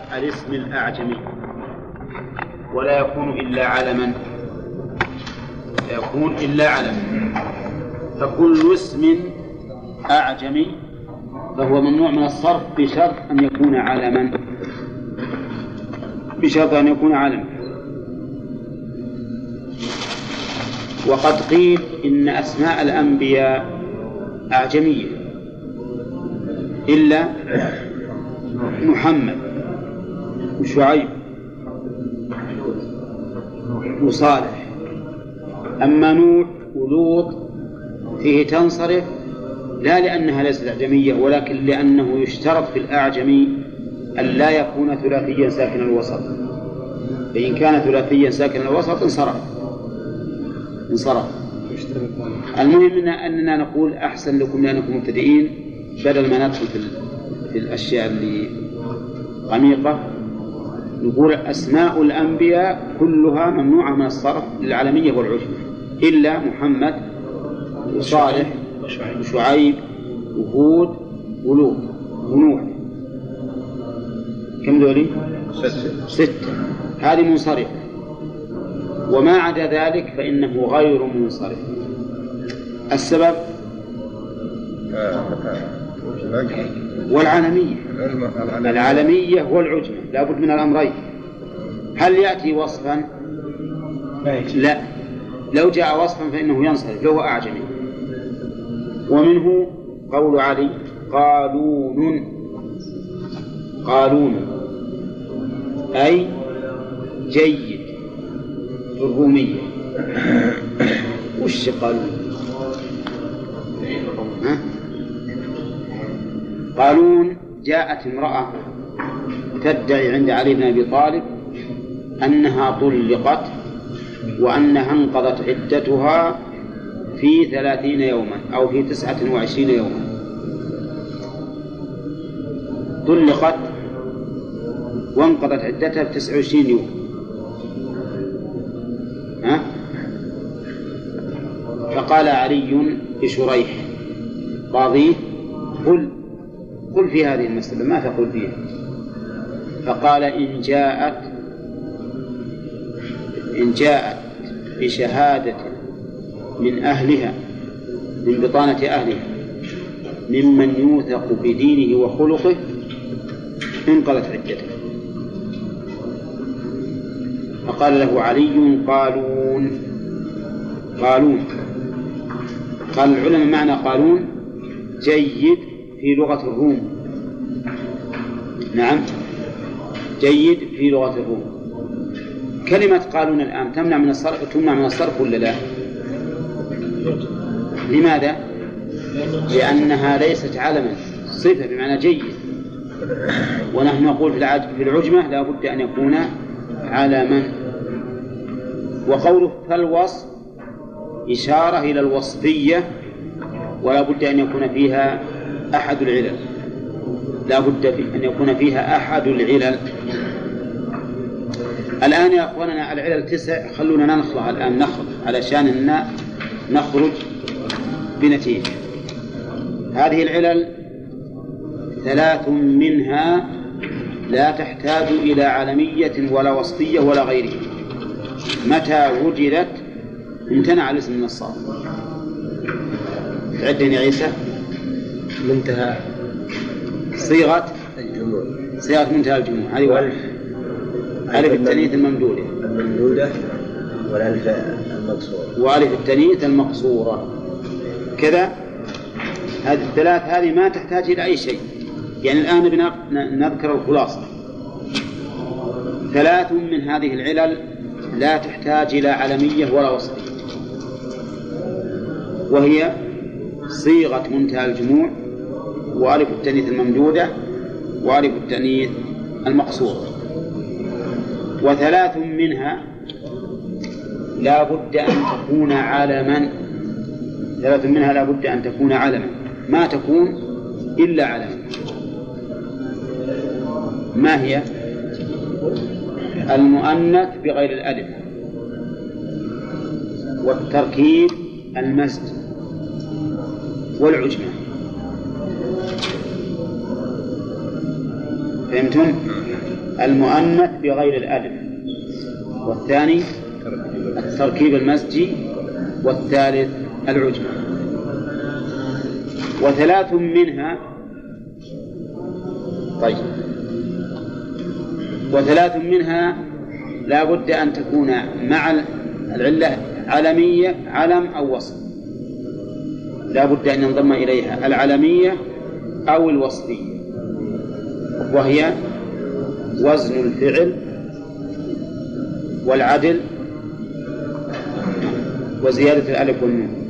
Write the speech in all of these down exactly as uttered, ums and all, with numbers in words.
الاسم الأعجمي ولا يكون إلا علما، لا يكون إلا علما، فكل اسم أعجمي فهو ممنوع من الصرف بشرط أن يكون علما، بشرط أن يكون علما. وقد قيل إن أسماء الأنبياء أعجمية إلا محمد وشعيب وصالح. أما نوح ولوط فيه تنصرف لا لأنها ليست أعجمية ولكن لأنه يشترط في الأعجمي أن لا يكون ثلاثيا ساكن الوسط، فإن كان ثلاثيا ساكن الوسط انصرف انصرف. المهم أننا نقول أحسن لكم لأنكم مبتدئين بدل ما ندخل في, في الأشياء اللي عميقة، نقول أسماء الأنبياء كلها ممنوعة من الصرف للعالمية والعجمة إلا محمد وصالح وشعيب وهود ولوط ونوح. كم ذولي؟ ستة. ستة هذه منصرفة، وما عدا ذلك فإنه غير منصرف. السبب والعالمية، العالمية والعجمة لا بد من الأمرين. هل يأتي وصفا؟ لا، لو جاء وصفا فإنه ينصرف لو أعجمي. ومنه قول علي قالون، قالون أي جيد الرومية. وش قالون؟ ها؟ قالون جاءت امرأة تدعي عند علي بن أبي طالب أنها طلقت وأنها انقضت عدتها في ثلاثين يوما أو في تسعة وعشرين يوما. طلقت وانقضت عدتها في تسعة وعشرين يوم. ها؟ فقال علي لشريح قاضيه قل قل في هذه المسألة ما تقول فيها. فقال إن جاءت إن جاءت بشهادة من أهلها من بطانة أهلها ممن يوثق بدينه وخلقه انقضت عدته. فقال له علي قالون، قالون. قال العلماء معنى قالون جيد في لغة الروم. نعم جيد في لغة الروم. كلمة قالون الآن تمنع من الصرف، تمنع من الصرف ولا لا؟ لماذا؟ لأنها ليست علما، صفة بمعنى جيد، ونحن نقول في العجمة لا بد أن يكون علما. وقوله فالوصف إشارة إلى الوصفية ولا بد أن يكون فيها أحد العلل، لا بد أن يكون فيها أحد العلل. الآن يا أخواننا العلل تسع، خلونا نخلها الآن نخل علشان أن نخرج بنتيجة. هذه العلل ثلاث منها لا تحتاج إلى علمية ولا وصفية ولا غيرها، متى وجدت امتنع الاسم من الصرف. تعدين يا عيسى منتهى صيغة الجموع، صيغة منتهى الجموع هذه واحد. ألف التانيث الممدودة الممدودة والألف المقصورة وألف التانيث المقصورة كذا. هذه الثلاث هذه ما تحتاج إلى أي شيء. يعني الآن نذكر الخلاصة. ثلاث من هذه العلل لا تحتاج إلى علمية ولا وصفية، وهي صيغة منتهى الجموع وألف التانيث الممدودة وألف التانيث المقصورة. وثلاث منها لا بد أن تكون علما، ثلاث منها لا بد أن تكون علما، ما تكون إلا علما. ما هي؟ المؤنث بغير الألف، والتركيب المزج، والعجمة. فهمتم؟ المؤنث بغير الألف، والثاني التركيب المزجي، والثالث العجمة. وثلاث منها طيب وثلاث منها لا بد أن تكون مع العلة علمية، علم أو وصف، لا بد أن ينضم إليها العلمية أو الوصفية، وهي وزن الفعل والعدل وزيادة الألف والنون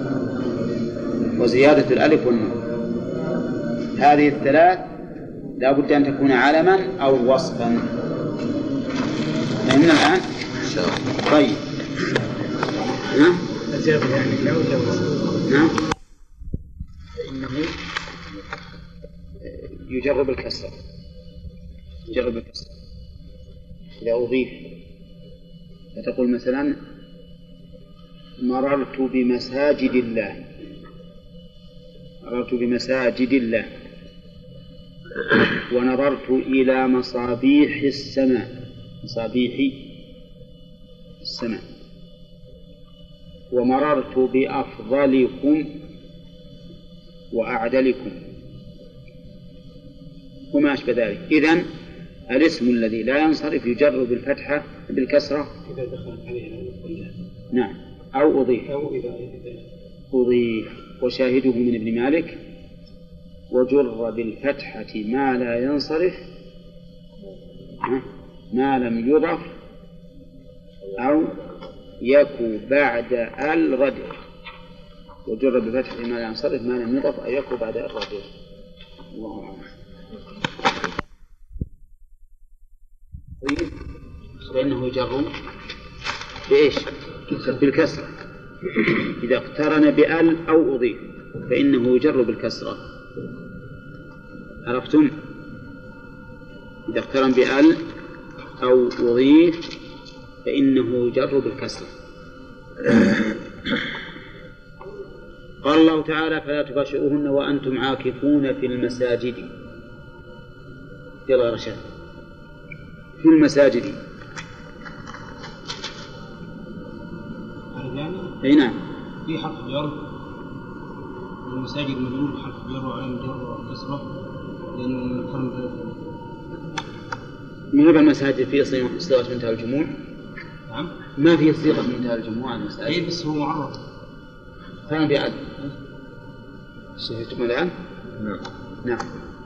وزيادة الألف والنون. هذه الثلاث لا بد أن تكون علما أو وصفا. فهمنا الآن؟ طيب. نعم. نعم. فإنه يجرب الكسر، يجرب الكسر إذا أضيف، فتقول مثلا مررت بمساجد الله، مررت بمساجد الله، ونظرت إلى مصابيح السماء، مصابيح السماء، ومررت بأفضلكم وأعدلكم وما أشبه ذلك. إذن الاسم الذي لا ينصرف يجر بالفتحة بالكسرة إذا دخل عليه الألف واللام. نعم. أو أضيف أو إذا أضيف. وشاهده من ابن مالك وجر بالفتحة ما لا ينصرف ما لم يضف أو يكو بعد الردف، وجر بالفتحة ما لا ينصرف ما لم يضف أو يكو بعد الردف. الله أعلم. طيب، فإنه يجر بإيش؟ بالكسرة. إذا اقترن بأل أو أضيف فإنه يجر بالكسرة. عرفتم؟ إذا اقترن بأل أو أضيف فإنه يجر بالكسرة. قال الله تعالى فلا تباشروهن وأنتم عاكفون في المساجد. يلا رشاد. في المساجد. أي نعم. في حرف جر، والمساجد مجرور بحرف جر وعلامة جر وكسرة لأنه من كرم ذلك. من هذا المساجد في صيغة منتهى الجموع؟ نعم. ما في صيغة منتهى الجموع على المساجد. أي بس هو معرض. كان بعد. شهدتم الآن؟ نعم. نعم.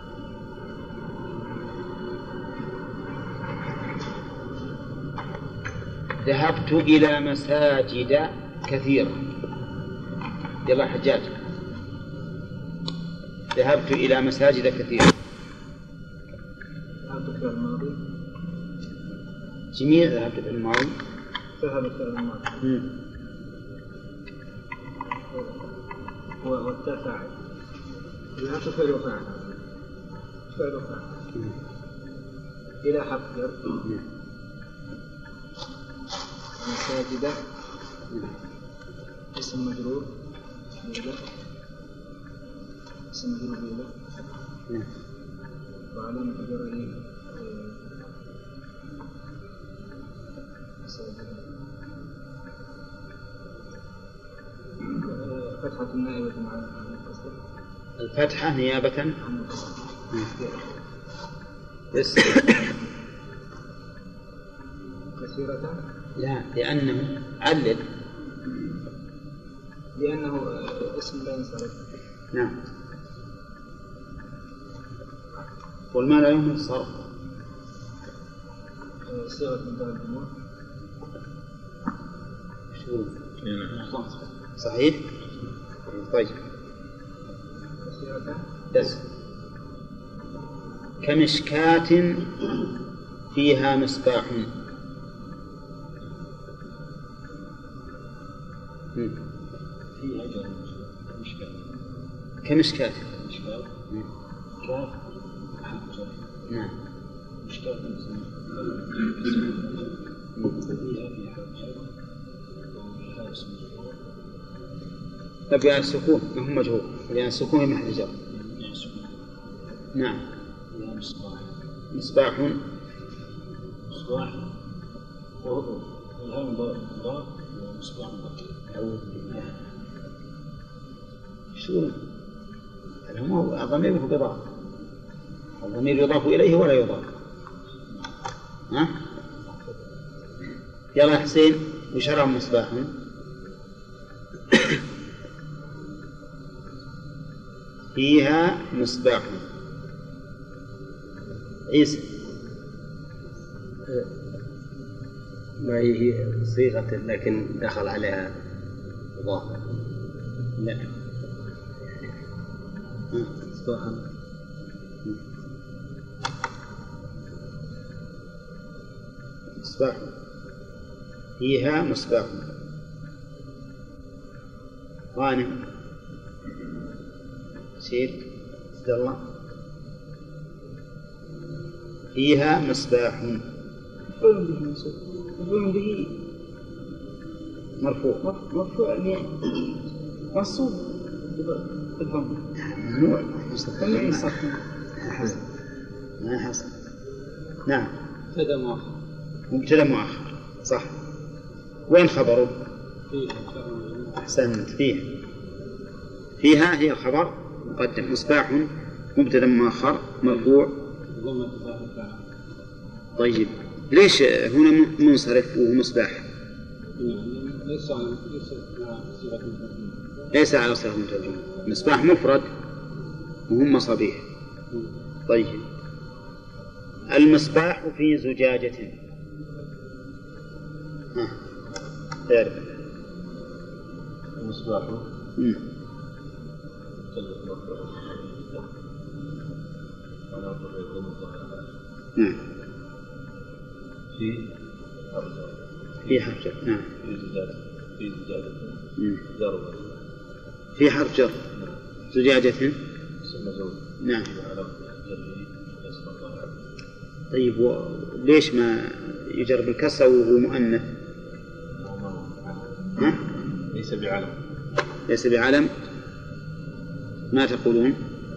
ذهبت إلى مساجد كثيرة. يلا حجاج. ذهبت إلى مساجد كثيرة. ذهبت في الماضي. جميع ذهبت في الماضي. ذهبت في الماضي. والتاء فاعل. ذهبت فعل وفاعل. فعل وفاعل. إلى حرف جر. مساجد اسم مجرور بإلى، اسم مجرور بإلى، وعلامة جره فتحة نائبة عن الكسر. الفتحة نيابة عن بس كثيرة. لا، لأنه علل، لأنه اسم لا ينصرف. نعم. والما لا يمكن الصرف صيغة منتهى الجموع. صحيح. طيب. كثيرة. بس كمشكاة فيها مصباح. في أجر مشكاة. كمشكاة. مشكاة. كاف حجر. نعم. مشكاة فيها في حجر. وفيها اسم. طيب السكون ما هو مجهول، لأن السكون محل جر. نعم. فيها مصباح. مصباح مصباح وهو الهم ضار ومصباح أعوذ بالله. شو الضمير هو بضاف، الضمير يضاف إليه ولا يضاف؟ ها؟ يلا حسين، وش رأى مصباح؟ فيها مصباح. عيسى ما هي صيغة لكن دخل عليها مضاف. لا مصباح مصباح فيها مصباح. غانم سير عبد الله. فيها مصباح. مفعول به منصوب، مفعول به مرفوع. مرفوع يعني منصوب بالضم. ممنوع. ولا يصح ما حصل. نعم مبتدأ مؤخر. مبتدأ مؤخر صح. وين خبره؟ فيه أحسنت. فيه فيها هي الخبر مقدم. مصباح مبتدأ مؤخر مرفوع. طيب ليش هنا منصرف وهو مصباح؟ ليس على صيغة ليس على صيغة مترجمة. مصباح مفرد وهم مصابيح. طيب المصباح في زجاجة. ها تعرف المصباح نعم في في حرف جر. نعم في زجاجة في زجاجة مم. جر في حرف جر. زجاجة نعم. طيب ليش ما يجر بالكسر وهو مؤنث؟ ها؟ ليس بعلم. ليس بعلم. ما تقولون؟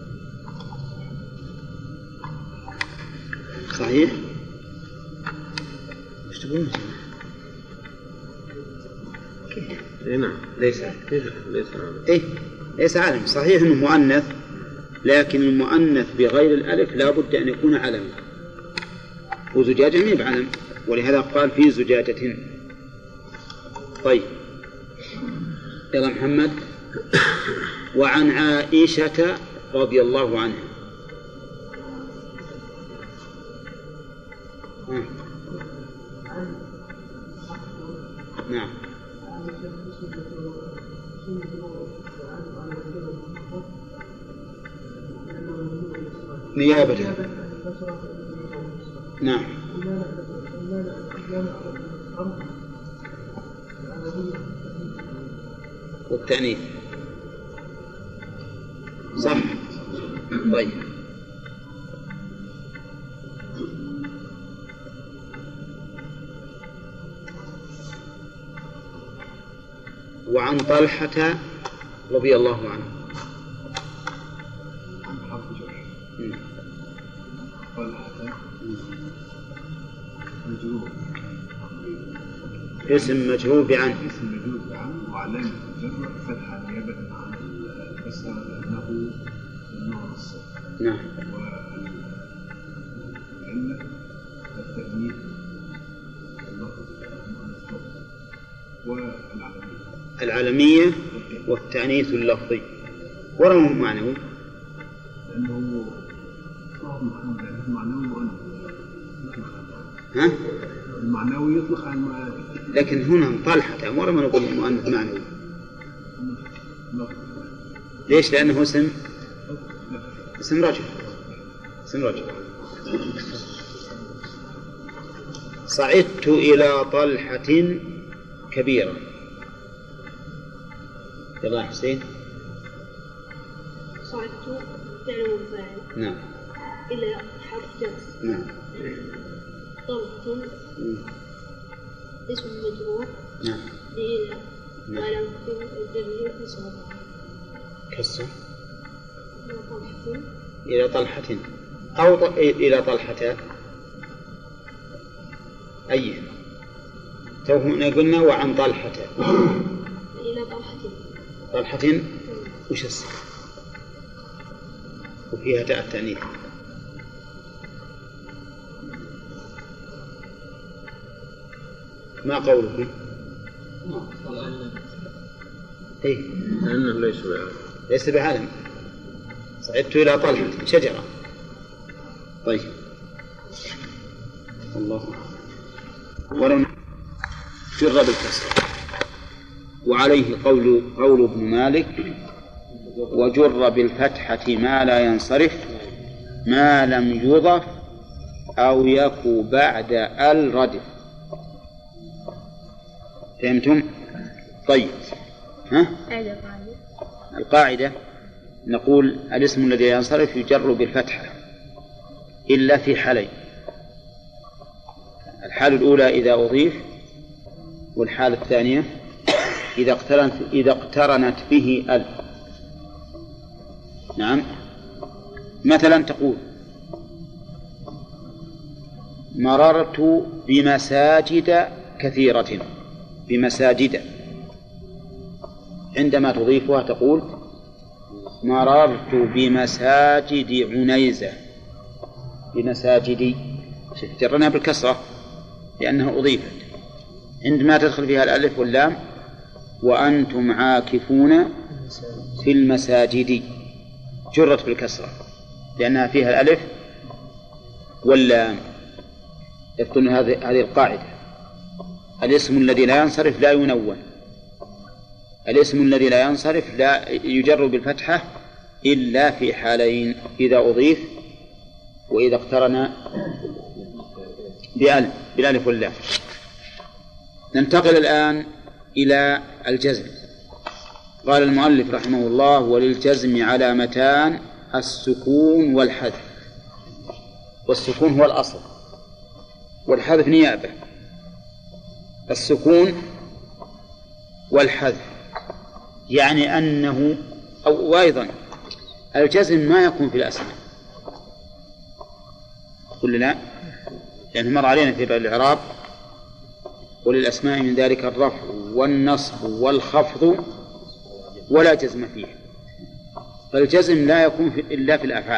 صحيح؟ ايش تقولون؟ اي نعم ليس ليس علم. ايه ليس علم. صحيح انه مؤنث، لكن المؤنث بغير الالف لا بد ان يكون علما، وزجاجة ما بعلم، ولهذا قال في زجاجة. طيب يلا محمد. وعن عائشة رضي الله عنها. نعم نيابة. نعم والتأنيث صح. طيب وعن طلحة رضي الله عنه. اسم مجهول بعن. اسم مجهول بعن وعلامة الجر فتحة نيابة عن الكسر لأنه من نوع الصفر. نعم. والعلة التأنيث والعلمية. العلمية والتأنيث اللفظي. ولا معنوي؟ لأنه معنوي مؤنث. ها؟ المعنوي يطلق على. لكن هنا طلحة مرة ما نقول مؤنث معنوي. ليش؟ لأنه اسم اسم رجل. اسم رجل. صعدت إلى طلحة كبيرة. يلا حسين. صعدت فعل وفاعل. نعم. إلى حرف جر. نعم. طلحة اسم مجرور. نعم. إلى وعلامة الجر كسر. كسر. طلحة إلى طلحة. أو ط- إلى طلحة أي توهنا قلنا وعن طلحة إلى طلحة. طلحة وش السبب وفيها تاء التأنيث ما قولكم؟ إيه لأنه ليس بعالم. ليس بعالم. صعدت إلى طلحة شجرة. طيب الله ولو جر بالكسر. وعليه قول قول ابن مالك وجر بالفتحة ما لا ينصرف ما لم يضف أو يكو بعد الردف. فهمتم؟ طيب ها؟ القاعدة نقول الاسم الذي ينصرف يجر بالفتحة إلا في حالين: الحالة الأولى إذا أضيف، والحالة الثانية إذا اقترنت إذا اقترنت به ألف. نعم، مثلا تقول مررت بمساجد كثيرة، بمساجد، عندما تضيفها تقول مررت بمساجد عنيزة، بمساجد، جرنا بالكسرة لأنها أضيفت. عندما تدخل فيها الألف واللام وأنتم عاكفون في المساجد جرت بالكسرة لأنها فيها الألف واللام. يذكرون هذه هذه القاعدة: الاسم الذي لا ينصرف لا ينون، الاسم الذي لا ينصرف لا يجر بالفتحة إلا في حالين: إذا أضيف وإذا اقترن بألف بالألف واللام. ننتقل الآن إلى الجزم. قال المؤلف رحمه الله: وللجزم علامتان: السكون والحذف. والسكون هو الأصل والحذف نيابة. السكون والحذف يعني أنه أو وأيضا الجزم ما يكون في الأسماء كلنا، لأنه مر علينا في باب الإعراب: وللأسماء من ذلك الرفع والنصب والخفض ولا جزم فيه. فالجزم لا يكون في إلا في الأفعال،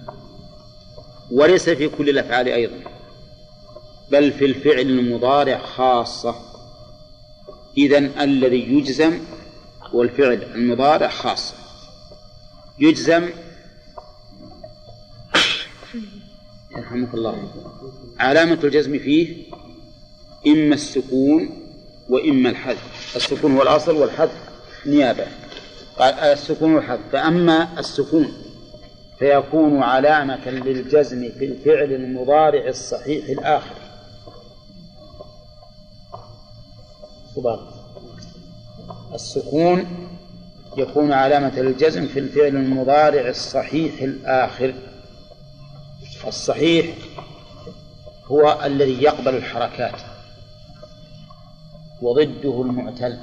وليس في كل الأفعال أيضا، بل في الفعل المضارع خاصة. إذن الذي يجزم والفعل المضارع خاصة. يجزم يرحمك الله علامة الجزم فيه إما السكون وإما الحذف. السكون هو الأصل والحذف نيابة. السكون والحذف. فأما السكون فيكون علامة للجزم في الفعل المضارع الصحيح الآخر. السكون يكون علامة للجزم في الفعل المضارع الصحيح الآخر. الصحيح هو الذي يقبل الحركات، وضده المعتل،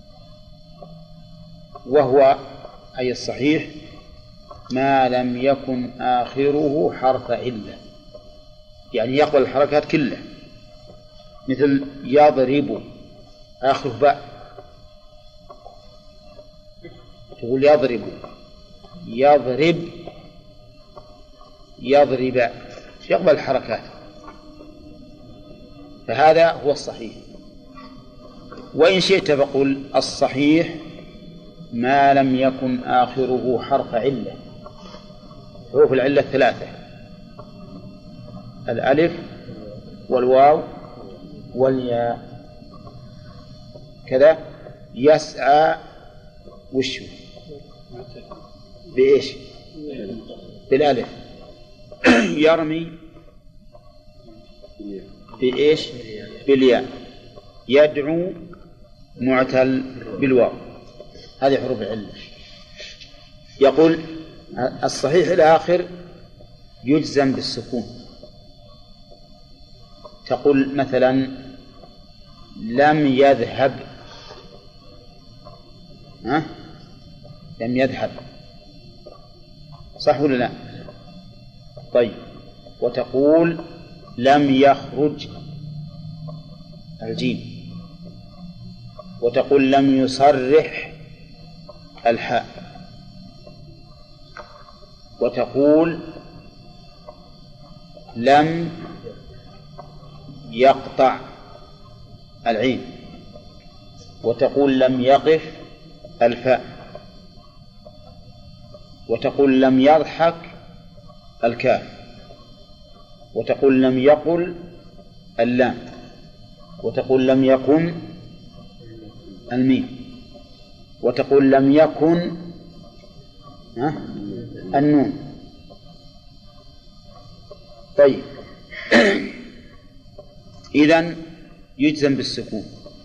وهو أي الصحيح ما لم يكن آخره حرف علة، يعني يقبل الحركات كلها، مثل يضرب آخره باء، تقول يضرب يضرب يضرب، يقبل الحركات، فهذا هو الصحيح. وإن شئت فقل الصحيح ما لم يكن آخره حرف علة. حروف العلة الثلاثة: الألف والواو والياء. كذا يسعى وشو بإيش؟ بالألف. يرمي بإيش؟ بالياء. يدعو معتل بالواو. هذه حروف العلة. يقول الصحيح الآخر يجزم بالسكون. تقول مثلا لم يذهب، ها؟ لم يذهب، صح ولا لا؟ طيب، وتقول لم يخرج الجيم، وتقول لم يصرح الحاء، وتقول لم يقطع العين، وتقول لم يقف الفاء، وتقول لم يضحك الكاف، وتقول لم يقل اللام، وتقول لم يكن الميم، وتقول لم يكن النون. طيب إذن يجزم بالسكون.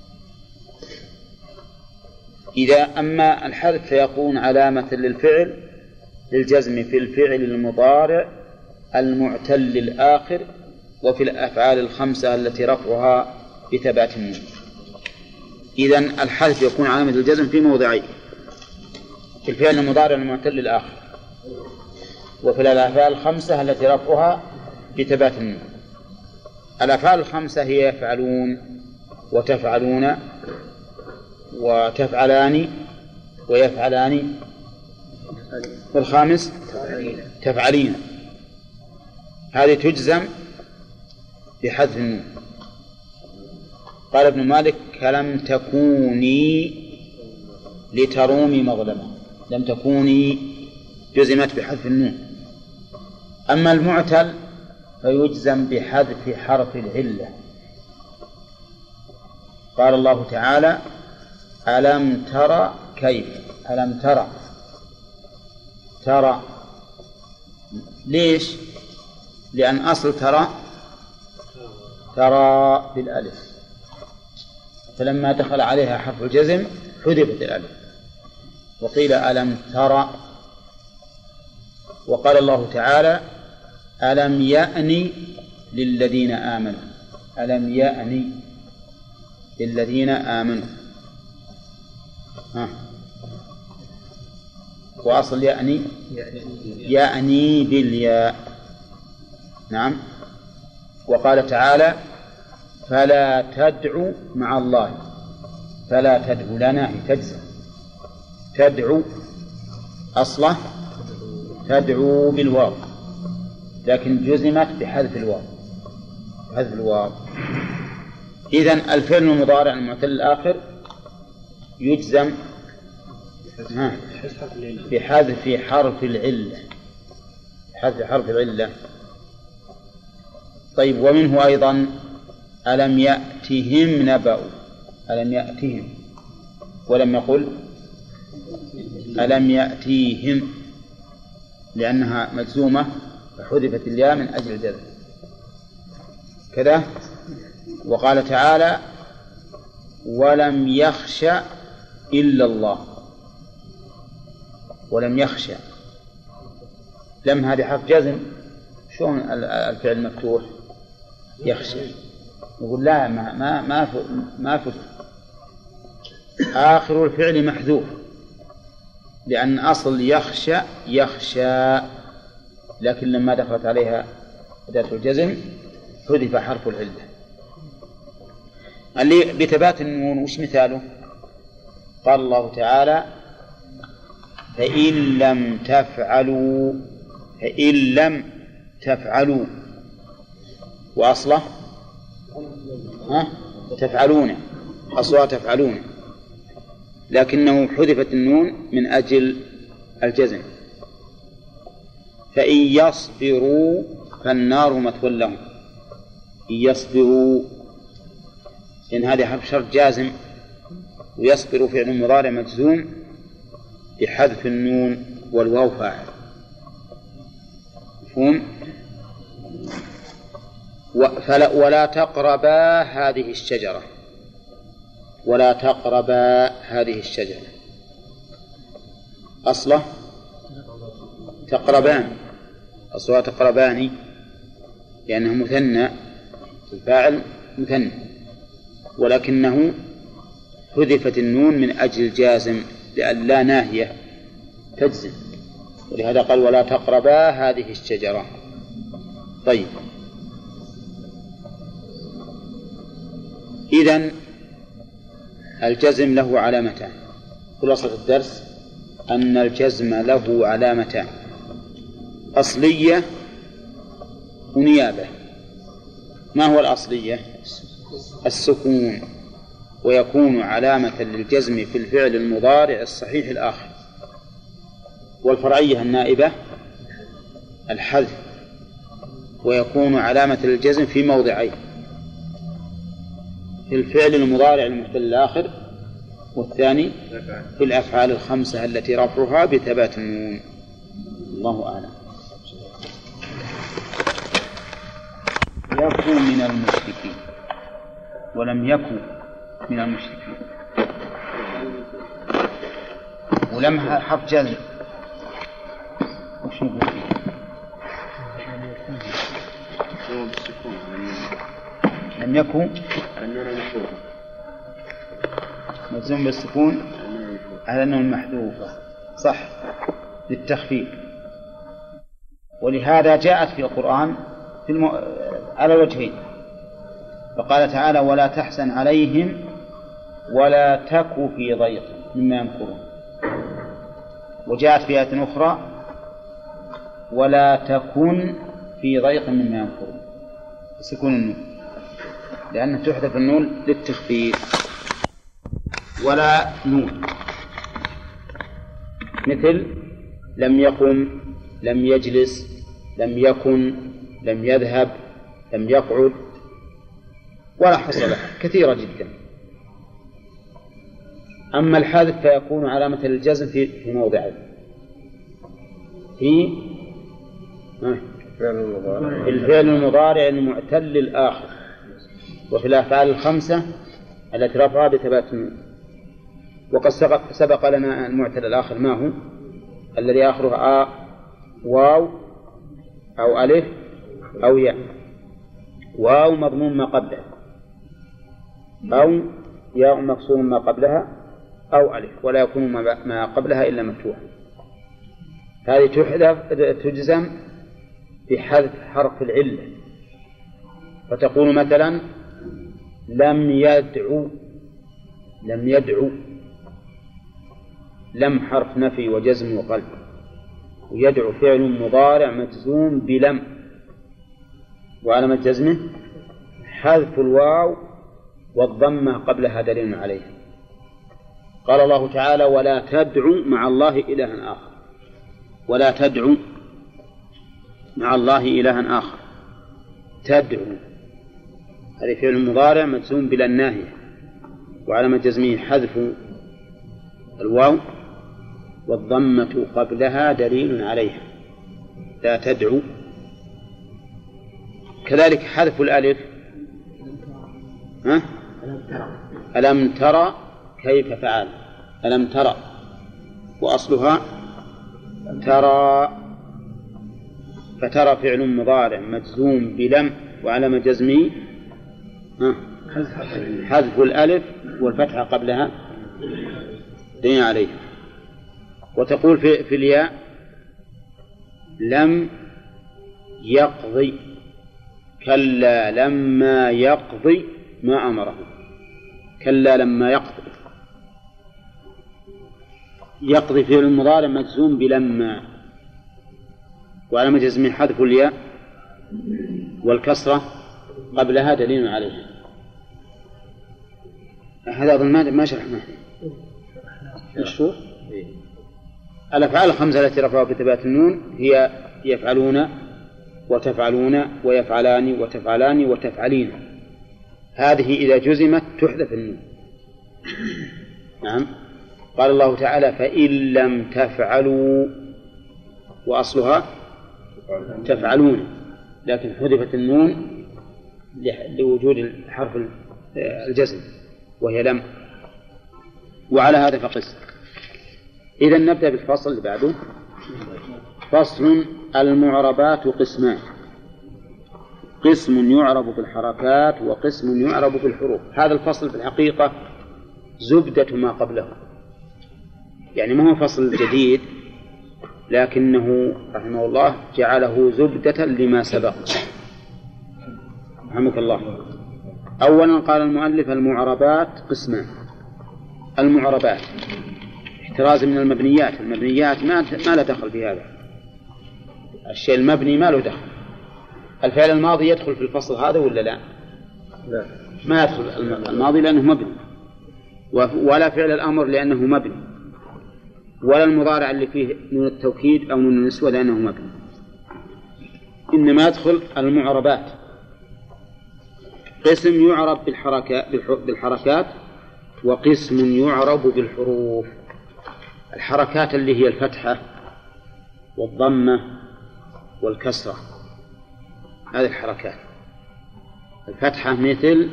إذا أما الحذف فيكون علامة للفعل للجزم في الفعل المضارع المعتل الآخر وفي الأفعال الخمسة التي رفعها بثبات النون. إذن الحذف يكون علامة الجزم في موضعين: في الفعل المضارع المعتل الآخر وفي الأفعال الخمسة التي رفعها بثبات النون. الأفعال الخمسة هي يفعلون وتفعلون وتفعلان ويفعلان، والخامس تفعلين. هذه تجزم بحذف النون. قال ابن مالك: لم تكوني لترومي مظلمة. لم تكوني جزمت بحذف النون. أما المعتل فيجزم بحذف حرف العلة. قال الله تعالى: ألم ترى كيف. ألم ترى ترى ليش؟ لأن أصل ترى ترى بالألف، فلما دخل عليها حرف الجزم حذفت الألف وقيل ألم ترى. وقال الله تعالى: ألم يأن للذين آمنوا. ألم يأن للذين آمنوا. ها. وأصل يأني يأني بالياء. نعم. وقال تعالى: فلا تدعو مع الله. فلا تدعو لنا تجزم. تدعو أصله تدعو بالواو، لكن جزمت بحذف الواو. حذف الواو. إذن الفعل المضارع المعتل الآخر يجزم بحذف حرف العلة. حذف حرف العلة. طيب، ومنه أيضا ألم يأتهم نبأ. ألم يأتهم ولم يقل ألم يأتيهم لأنها مجزومة فحذفت الياء من أجل الجزم كذا. وقال تعالى: ولم يخش إلا الله. ولم يخش، لم هذه حرف جزم. شلون الفعل مفتوح يخشى؟ يقول لا، ما ما ما ما فتح. آخر الفعل محذوف لأن أصل يخشى يخشى، لكن لما دخلت عليها أداة الجزم حذف حرف العلة. اللي بثبات النون وش مثاله؟ قال الله تعالى: فإن لم تفعلوا. فإن لم تفعلوا، وأصله ها تفعلون، أصلها تفعلون، لكنه حذفت النون من أجل الجزم. فإن يصبروا فالنار مثوى لهم. إن يصبروا، إن هذه حرف شرط جازم، ويصبر فعل مضارع مجزوم بحذف النون والواو فاعل. مفهوم؟ فلا ولا تقربا هذه الشجرة. ولا تقربا هذه الشجرة، أصله تقربان، أصلها تقربان لأنه مثنى، الفاعل مثنى، ولكنه حذفت النون من أجل جازم لأن لا ناهية تجزم، ولهذا قال: ولا تقربا هذه الشجرة. طيب، إذن الجزم له علامتان. خلاصة الدرس أن الجزم له علامتان: أصلية ونيابة. ما هو الأصلية؟ السكون، ويكون علامة للجزم في الفعل المضارع الصحيح الآخر. والفرعية النائبة الحذف، ويكون علامة للجزم في موضعين: في الفعل المضارع المحتل الآخر، والثاني في الأفعال الخمسة التي رفعها بثبات النون. الله أعلم. يكن من المشركين ولم يكن من المشركين، ولم حرف جزم. وش نقول فيه؟ لم يكن مجزوم بالسكون على أنه المحذوفة، صح، للتخفيف. ولهذا جاءت في القرآن في الم... على وجهين. فقال تعالى: ولا تحزن عليهم ولا تك في ضيق مما يمكرون. وجاءت في آية أخرى: ولا تكن في ضيق مما يمكرون، سكون النون، لأنها تحذف النون للتخفيف. ولا نون، مثل لم يقم، لم يجلس، لم يكن، لم يذهب، لم يقعد، ولا حصل لها، كثيرة جدا. أما الحذف فيكون علامة للجزم في في موضعين: في الفعل المضارع المعتل الآخر، وفي الأفعال الخمسة التي رفعها بثبات النون. وقد سبق لنا المعتل الآخر ما هو؟ الذي آخره آ واو أو ألف أو ياء. واو مضمون ما قبلها، أو ياء مكسور ما قبلها، أو ألف، ولا يكون ما قبلها إلا مفتوحا. هذه تحذف تجزم بحذف حرف العلة. فتقول مثلا: لم يدعو، لم يدعو. لم حرف نفي وجزم وقلب، ويدعو فعل مضارع مجزوم بلم، وعلامة جزمه حذف الواو والضمة قبلها دليل عليه. قال الله تعالى: ولا تدعو مع الله إلها آخر. ولا تدعو مع الله إلها آخر. تدعو هذا فعل مضارع مجزوم بلا الناهية، وعلامة جزمه حذف الواو والضمة قبلها دليل عليها. لا تدعو. كذلك حذف الألف: ها؟ ألم ترى كيف فعل. ألم ترى، وأصلها ترى، فترى فعل مضارع مجزوم بلم، وعلامة جزمه حذف الألف والفتحة قبلها دين عليه. وتقول في, في الياء: لم يقضي، كلا لما يقضي ما أمره. كلا لما يقضي. يقضي فعل المضارع مجزوم بلما، وعلامة جزمه حذف الياء والكسرة قبلها دليل عليه. هذا أظن ما شرحناه. مشهور. الأفعال الخمسة التي رفعوا بثبات النون هي يفعلون وتفعلون ويفعلان وتفعلان وتفعلين. هذه إذا جزمت تحذف النون. نعم. قال الله تعالى: فإن لم تفعلوا، وأصلها تفعلون، لكن حذفت النون لوجود حرف الجزم وهي لم. وعلى هذا فقس. إذن نبدأ بالفصل اللي بعده. فصل: المعربات قسمان: قسم يعرب بالحركات وقسم يعرب بالحروف. هذا الفصل في الحقيقة زبدة ما قبله، يعني ما هو فصل جديد، لكنه رحمه الله جعله زبدة لما سبق. رحمك الله. أولا قال المؤلف المعربات قسمان. المعربات احتراز من المبنيات. المبنيات ما ما له دخل في هذا الشيء، المبني ما له دخل. الفعل الماضي يدخل في الفصل هذا ولا لا؟ لا ما يدخل الماضي لأنه مبني، ولا فعل الأمر لأنه مبني، ولا المضارع اللي فيه نون التوكيد أو نون النسوة لأنه مبني. إنما يدخل المعربات. قسم يعرب بالحركات بالحركات وقسم يعرب بالحروف. الحركات اللي هي الفتحة والضمة والكسرة، هذه الحركات. الفتحة مثل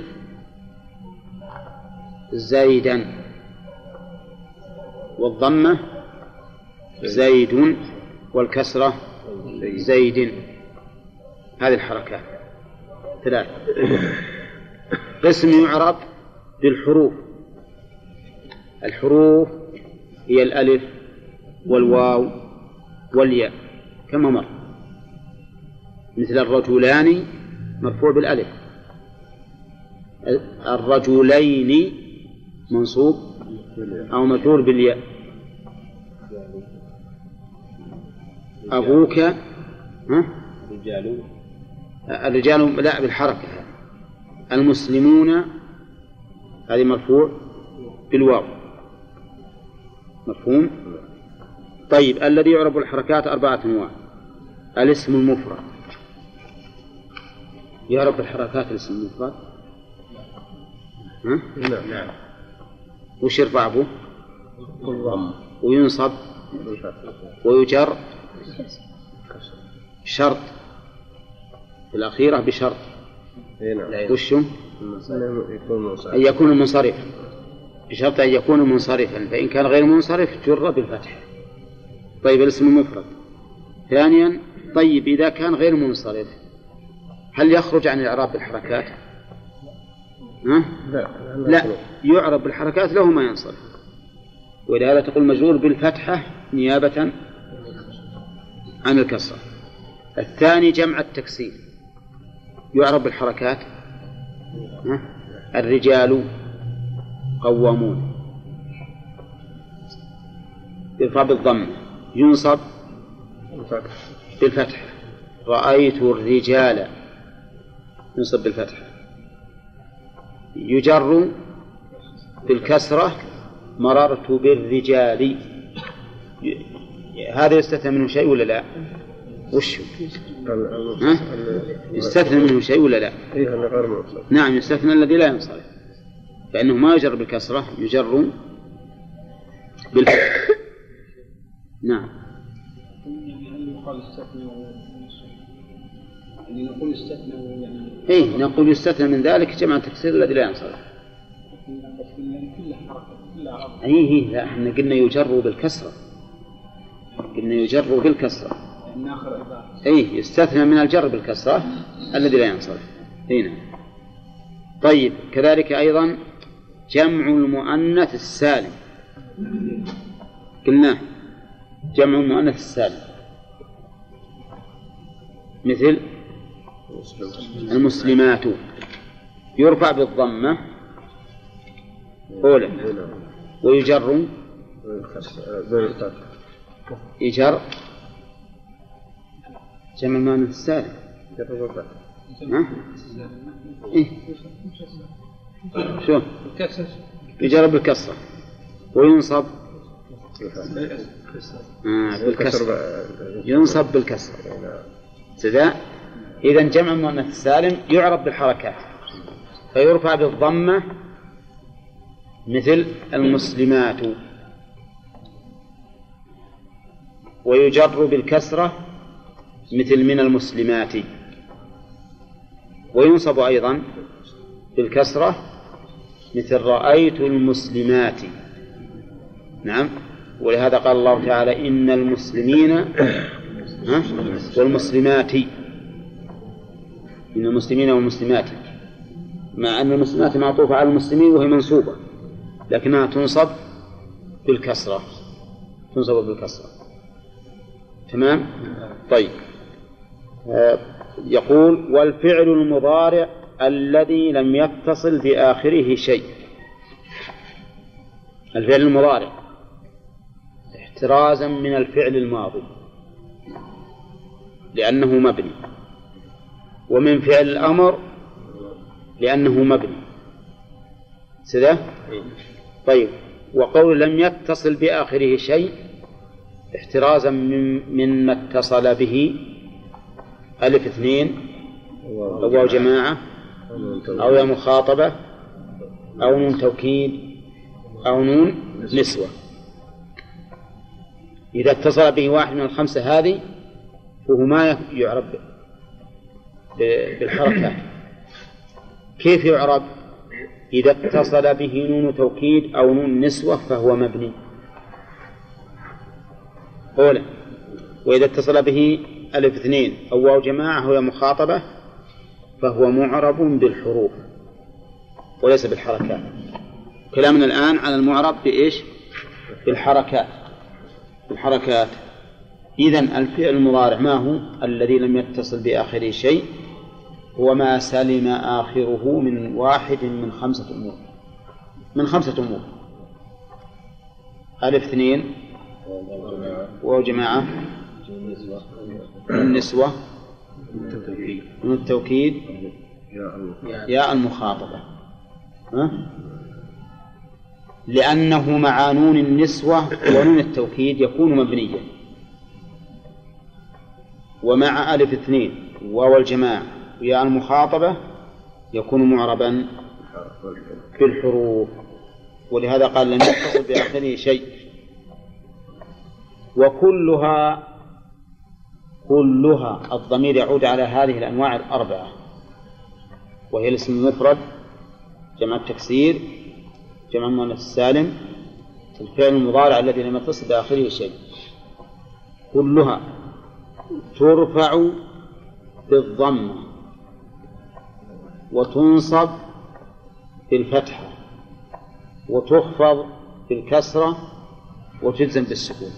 زيدا، والضمة زيد، والكسرة زيد. هذه الحركات ثلاث. قسم يعرب بالحروف. الحروف هي الألف والواو والياء كما مر، مثل الرجلان مرفوع بالألف، الرجلين منصوب أو مجرور بالياء، أبوك ها؟ الرجال لا بالحركة، المسلمون هذه مرفوع بالواو. مفهوم؟ طيب الذي يعرب الحركات أربعة أنواع. الاسم المفرد يعرب بالحركات. الاسم المفرد ها؟ نعم. وش يرفع به؟ وينصب ويجر شرط في الأخيرة بشرط. وش أن يكون منصرفا، بشرط أن يكون منصرفا، فإن كان غير منصرف جر بالفتح. طيب الاسم المفرد. ثانيا طيب إذا كان غير منصرف هل يخرج عن الإعراب بالحركات؟ ها؟ لا. لا يعرب بالحركات له ما ينصرف، ولهذا تقول مجرور بالفتحة نيابة عن الكسرة. الثاني جمع التكسير يعرب بالحركات. ها؟ الرجال قوامون يرفع بالضم، ينصب بالفتح. رأيت الرجال ينصب بالفتح، يجر بالكسرة. مررت بالرجال. هذا يستثنى منه شيء ولا لا؟ وش ها؟ يستثنى منه شيء ولا لا؟ نعم يستثنى الذي لا ينصرف، فإنه ما يجر بالكسرة، يجر بالفتح. نعم. يعني نقول يستثنى يعني إيه نقول يستثنى من ذلك جمع التكسير الذي لا ينصرف. كل حركة كل عرض. أيه لا احنا قلنا يجر بالكسرة، قلنا يجر بالكسرة. أيه يستثنى من الجر بالكسرة الذي لا ينصرف. هنا طيب كذلك أيضا جمع المؤنث السالم. قلنا جمع المؤنث السالم مثل المسلمات يرفع بالضمة أولى ويجر يجر جمع المؤنث السالم. ها؟ إيه؟ شو يجر بالكسرة وينصب آه بالكسرة، ينصب بالكسرة. سذا إذن جمع المؤنث السالم يعرب بالحركات، فيرفع بالضمة مثل المسلمات، ويجر بالكسرة مثل من المسلمات، وينصب أيضا بالكسرة مثل رأيت المسلمات. نعم. ولهذا قال الله تعالى إن المسلمين ها؟ والمسلمات، إن المسلمين والمسلمات، مع أن المسلمات معطوفة على المسلمين وهي منصوبة لكنها تنصب بالكسرة، تنصب بالكسرة. تمام. طيب آه يقول والفعل المضارع الذي لم يتصل بآخره شيء. الفعل المضارع احترازا من الفعل الماضي لأنه مبني، ومن فعل الأمر لأنه مبني سده. طيب، وقول لم يتصل بآخره شيء احترازا من مما اتصل به ألف اثنين أو واو جماعة أو يا مخاطبة أو نون توكيد أو نون نسوة. إذا اتصل به واحد من الخمسة هذه فهو ما يعرب بالحركات. كيف يعرب؟ إذا اتصل به نون توكيد أو نون نسوة فهو مبني أولا، وإذا اتصل به ألف اثنين أو واو جماعة أو مخاطبة فهو معرب بالحروف وليس بالحركات. كلامنا الآن على المعرب بإيش؟ بالحركات. بالحركات. إذن الفعل المضارع ما هو؟ الذي لم يتصل بآخره شيء، هو ما سلم آخره من واحد من خمسة أمور. من خمسة أمور: ألف اثنين واو جماعة النسوة من التوكيد يا المخاطبة. ها؟ لأنه مع نون النسوة ونون التوكيد يكون مبنيا، ومع ألف اثنين واو الجماعة ويا المخاطبة يكون معربا بالحروف، ولهذا قال لم يتصل بآخره شيء. وكلها كلها الضمير يعود على هذه الأنواع الأربعة، وهي الاسم المفرد، جمع التكسير، جمع المؤنث السالم، الفعل المضارع الذي لم يتصل بآخره شيء. كلها ترفع بالضمة وتنصب بالفتحة وتخفض بالكسرة وتجزم بالسكون.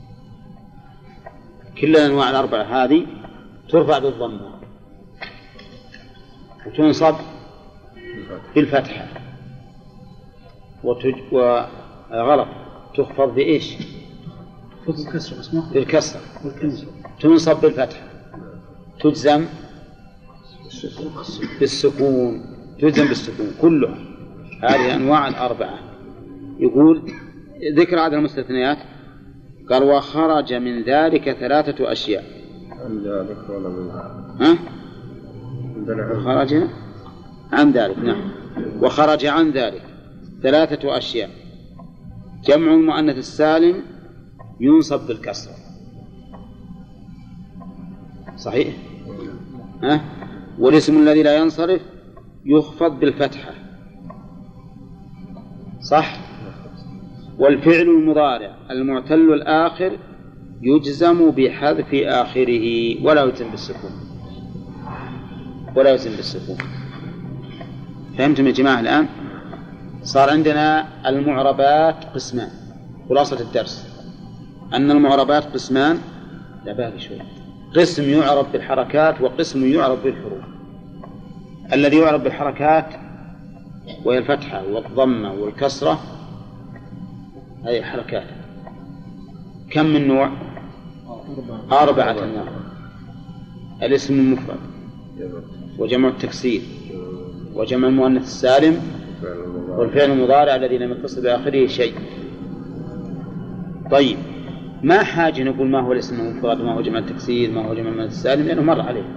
كل الأنواع الأربعة هذه ترفع بالضمة وتنصب بالفتحة وتج... وغلط تخفض بإيش؟ بالكسرة، تنصب بالفتحة، تجزم بالسكون، تجزم بالسكون. كلها هذه أنواع الأربعة. يقول ذكر هذه المستثنيات، قال وخرج من ذلك ثلاثة أشياء. عن ذلك ولا من ها؟ خرج عن ذلك. نعم. وخرج عن ذلك ثلاثة أشياء: جمع المؤنث السالم ينصب بالكسرة، صحيح؟ ها؟ والاسم الذي لا ينصرف يخفض بالفتحة، صح؟ والفعل المضارع المعتل الآخر يجزم بحذف آخره ولا يجزم بالسكون، ولا يجزم بالسكون. فهمتم يا جماعة؟ الآن صار عندنا المعربات قسمان. خلاصة الدرس أن المعربات قسمان، لا باقي شوي، قسم يعرب بالحركات وقسم يعرب بالحروف. الذي يعرب بالحركات وهي الفتحة والضمة والكسرة، هذه حركات. كم من نوع؟ أربعة أنواع: الاسم المفرد وجمع التكسير وجمع المؤنث السالم والفعل المضارع الذي لم يتصل بآخره شيء. طيب، ما حاجة نقول ما هو الاسم المفرد، ما هو جمع التكسير، ما هو جمع المؤنث السالم، لأنه مر عليه.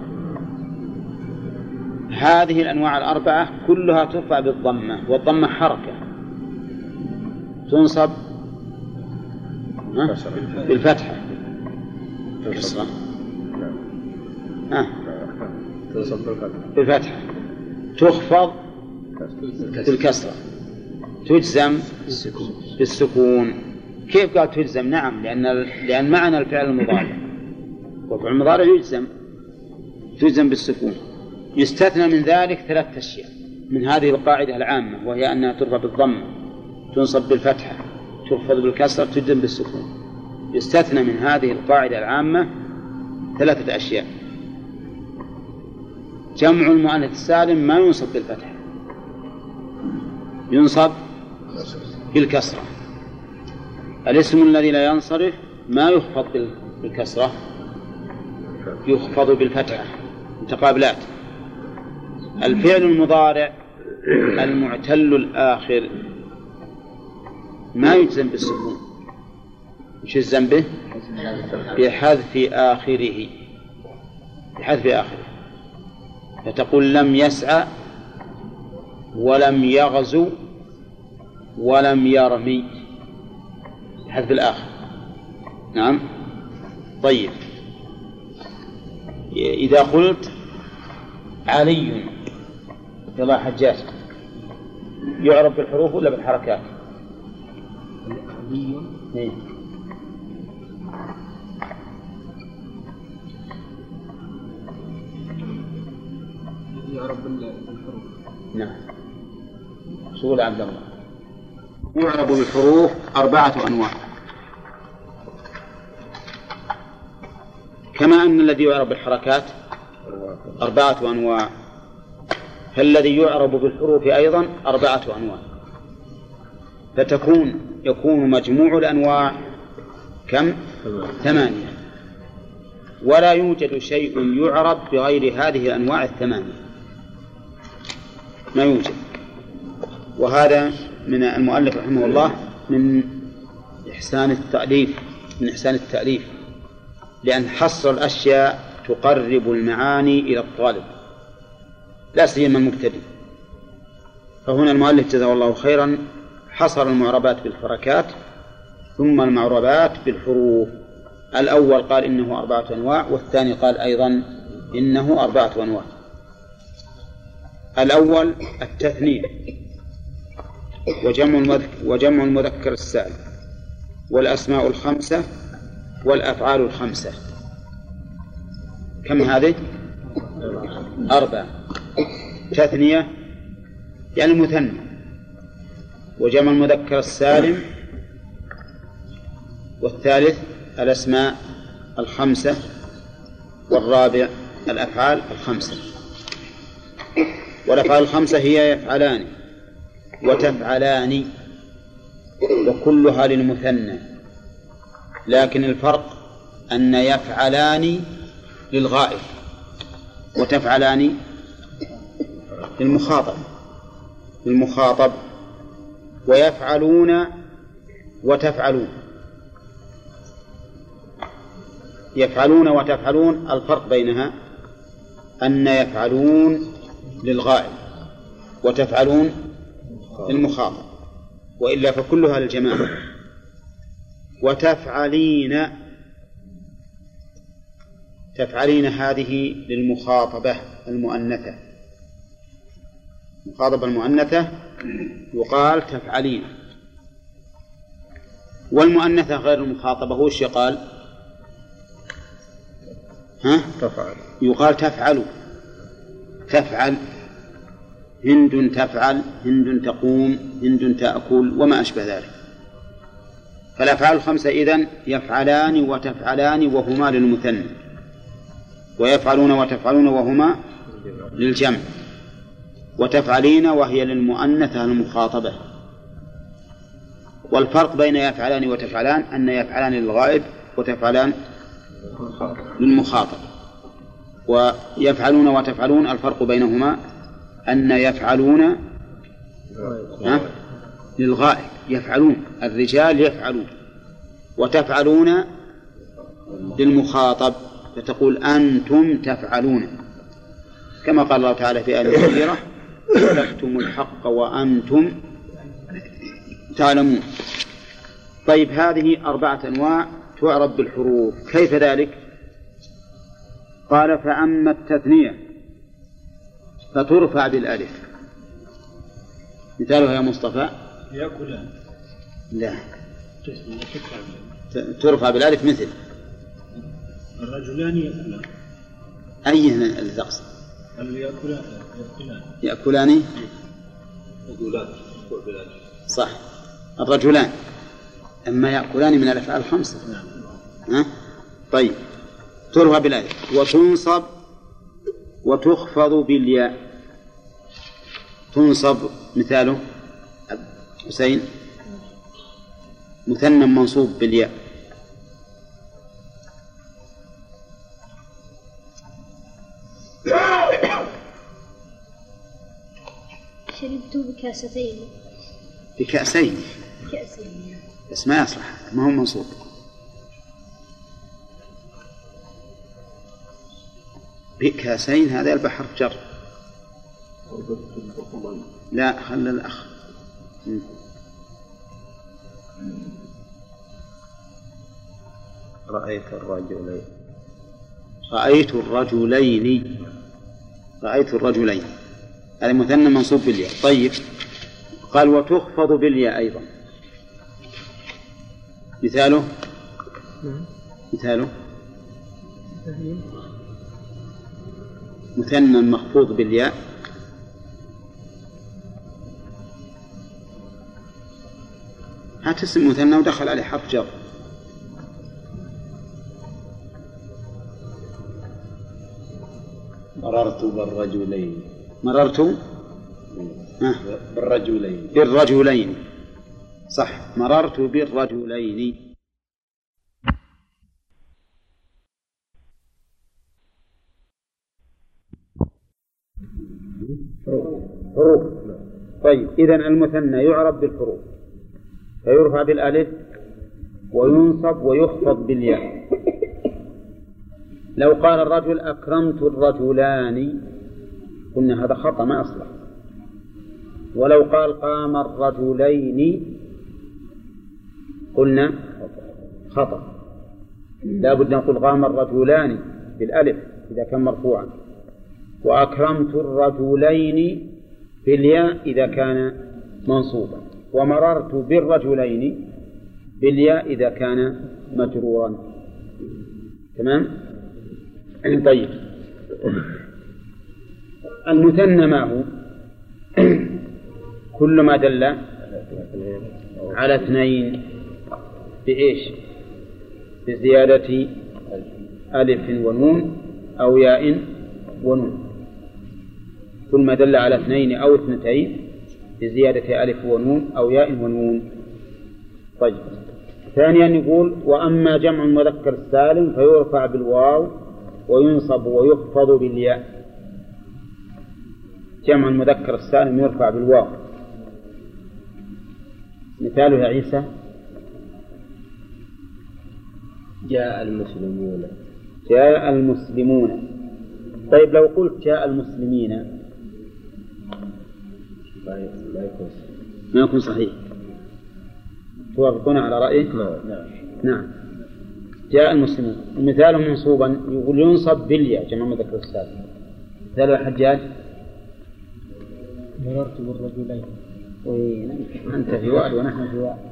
هذه الأنواع الأربعة كلها ترفع بالضمة، والضمة حركة، تنصب بالفتحة بالكسرة، بالفتحة، تخفض بالكسرة، تجزم بالسكون. كيف قال تجزم؟ نعم، لأن لأن معنى الفعل المضارع، والفعل المضارع يجزم، تجزم بالسكون. يستثنى من ذلك ثلاث أشياء من هذه القاعدة العامة، وهي أنها ترفع بالضم، تنصب بالفتحة، تخفض بالكسرة، تجزم بالسكون. يستثنى من هذه القاعدة العامة ثلاثة أشياء: جمع المؤنث السالم ما ينصب بالفتح، ينصب بالكسرة. الاسم الذي لا ينصرف ما يخفض بالكسرة، يخفض بالفتحة، متقابلات. الفعل المضارع المعتل الآخر ما يجزم بالسكون، مش يجزم به؟ بحذف آخره، بحذف آخره. فتقول لم يسعى ولم يغزو ولم يرمي، بحذف الآخر. نعم. طيب، إذا قلت علي يلا حجاج، يعرف بالحروف ولا بالحركات؟ علي إيه؟ يعرف بالحروف. نعم. سؤال عبد الله. يعرف بالحروف أربعة أنواع، كما أن الذي يعرف بالحركات أربعة أنواع، فالذي يعرب بالحروف أيضا أربعة أنواع، فتكون يكون مجموع الأنواع كم؟ ثمانية. ولا يوجد شيء يعرب بغير هذه الأنواع الثمانية، ما يوجد. وهذا من المؤلف رحمه الله من إحسان التأليف، من إحسان التأليف، لأن حصر الأشياء تقرب المعاني إلى الطالب، لا سيما المبتدئ. فهنا المؤلف جزاه الله خيرا حصر المعربات بالحركات ثم المعربات بالحروف. الأول قال إنه أربعة أنواع، والثاني قال أيضا إنه أربعة أنواع. الأول التثنية وجمع المذكر, وجمع المذكر السالم، والأسماء الخمسة، والأفعال الخمسة. كم هذه؟ أربعة. تثنية يعني المثنى، وجمع المذكر السالم، والثالث الأسماء الخمسة، والرابع الأفعال الخمسة. والأفعال الخمسة هي يفعلان وتفعلان، وكلها للمثنى، لكن الفرق أن يفعلان للغائب وتفعلان للمخاطب للمخاطب ويفعلون وتفعلون. يفعلون وتفعلون الفرق بينها أن يفعلون للغائب وتفعلون للمخاطب، وإلا فكلها للجماعة. وتفعلين، تفعلين هذه للمخاطبة المؤنثة، المخاطبة المؤنثة يقال تفعلين. والمؤنثة غير المخاطبة هو الشيء قال ها؟ تفعل. يقال تفعل، تفعل هند تفعل، هند تقوم، هند تأكل، وما أشبه ذلك. فالأفعال الخمسة إذن يفعلان وتفعلان وهما للمثنى، ويفعلون وتفعلون وهما للجمع، وتفعلين وهي للمؤنثة المخاطبة. والفرق بين يفعلان وتفعلان أن يفعلان للغائب وتفعلان للمخاطب. ويفعلون وتفعلون الفرق بينهما أن يفعلون للغائب، يفعلون الرجال يفعلون، وتفعلون للمخاطب، فتقول أنتم تفعلون، كما قال الله تعالى في آية كثيرة تكتم الحق وأنتم تعلمون. طيب، هذه أربعة أنواع تعرب بالحروف. كيف ذلك؟ قال فأما التثنية فترفع بالألف. مثالها يا مصطفى؟ يأكلان. لا، ترفع بالألف مثل الرجلان يأكلان. أي هنا اللي تقصد؟ يأكلان. يأكلان رجلان صح، الرجلان. أما يأكلان من الأفعال الخمسة. ها؟ طيب، ترفع بالألف وتنصب وتخفض بالياء تنصب. مثاله حسين مثنى منصوب بالياء. شربت بكاستين. بكأسين كأسين بس ما يصلح، ما هو منصوب. بكاسين هذا البحر جر. لا خلى الأخ. رأيت الرجلين رأيت الرجلين رأيت الرجلين هذا مثنى منصوب بالياء. طيب قال وتخفض بالياء أيضا. مثاله مثاله مثنى مخفوض بالياء هات اسم مثنى ودخل عليه حرف جر. مررت بالرجلين مررت بالرجلين بالرجلين صح، مررت بالرجلين. حروف. طيب إذن المثنى يعرب بالحروف فيرفع بالألف وينصب ويخفض بالياء. لو قال الرجل أكرمت الرجلان قلنا هذا خطأ ما أصلح. ولو قال قام الرجلين قلنا خطأ، لا بد نقول قام الرجلان بالألف إذا كان مرفوعا، وأكرمت الرجلين بالياء إذا كان منصوبا، ومررت بالرجلين بالياء إذا كان مجرورا. تمام؟ طيب المثنى ما هو؟ كل ما دل على اثنين بإيش؟ بزيادة ألف ونون أو ياء ونون. كل ما دل على اثنين أو اثنتين بزيادة ألف ونون أو ياء ونون. طيب ثانيا يقول وأما جمع المذكر السالم فيرفع بالواو وينصب ويخفض بالياء. جمع المذكر السالم يرفع بالواو. مثاله يا عيسى جاء المسلمون. جاء المسلمون. طيب لو قلت جاء المسلمين لا يكون ما يكون صحيح. توافقون على رأيه؟ نعم. نعم. جاء المسلمون مثاله منصوبا يقول ينصب بالياء جمع مذكر السالم. مثاله يا حجاج مررت بالرجلين. أنت في وعد ونحن في وعد.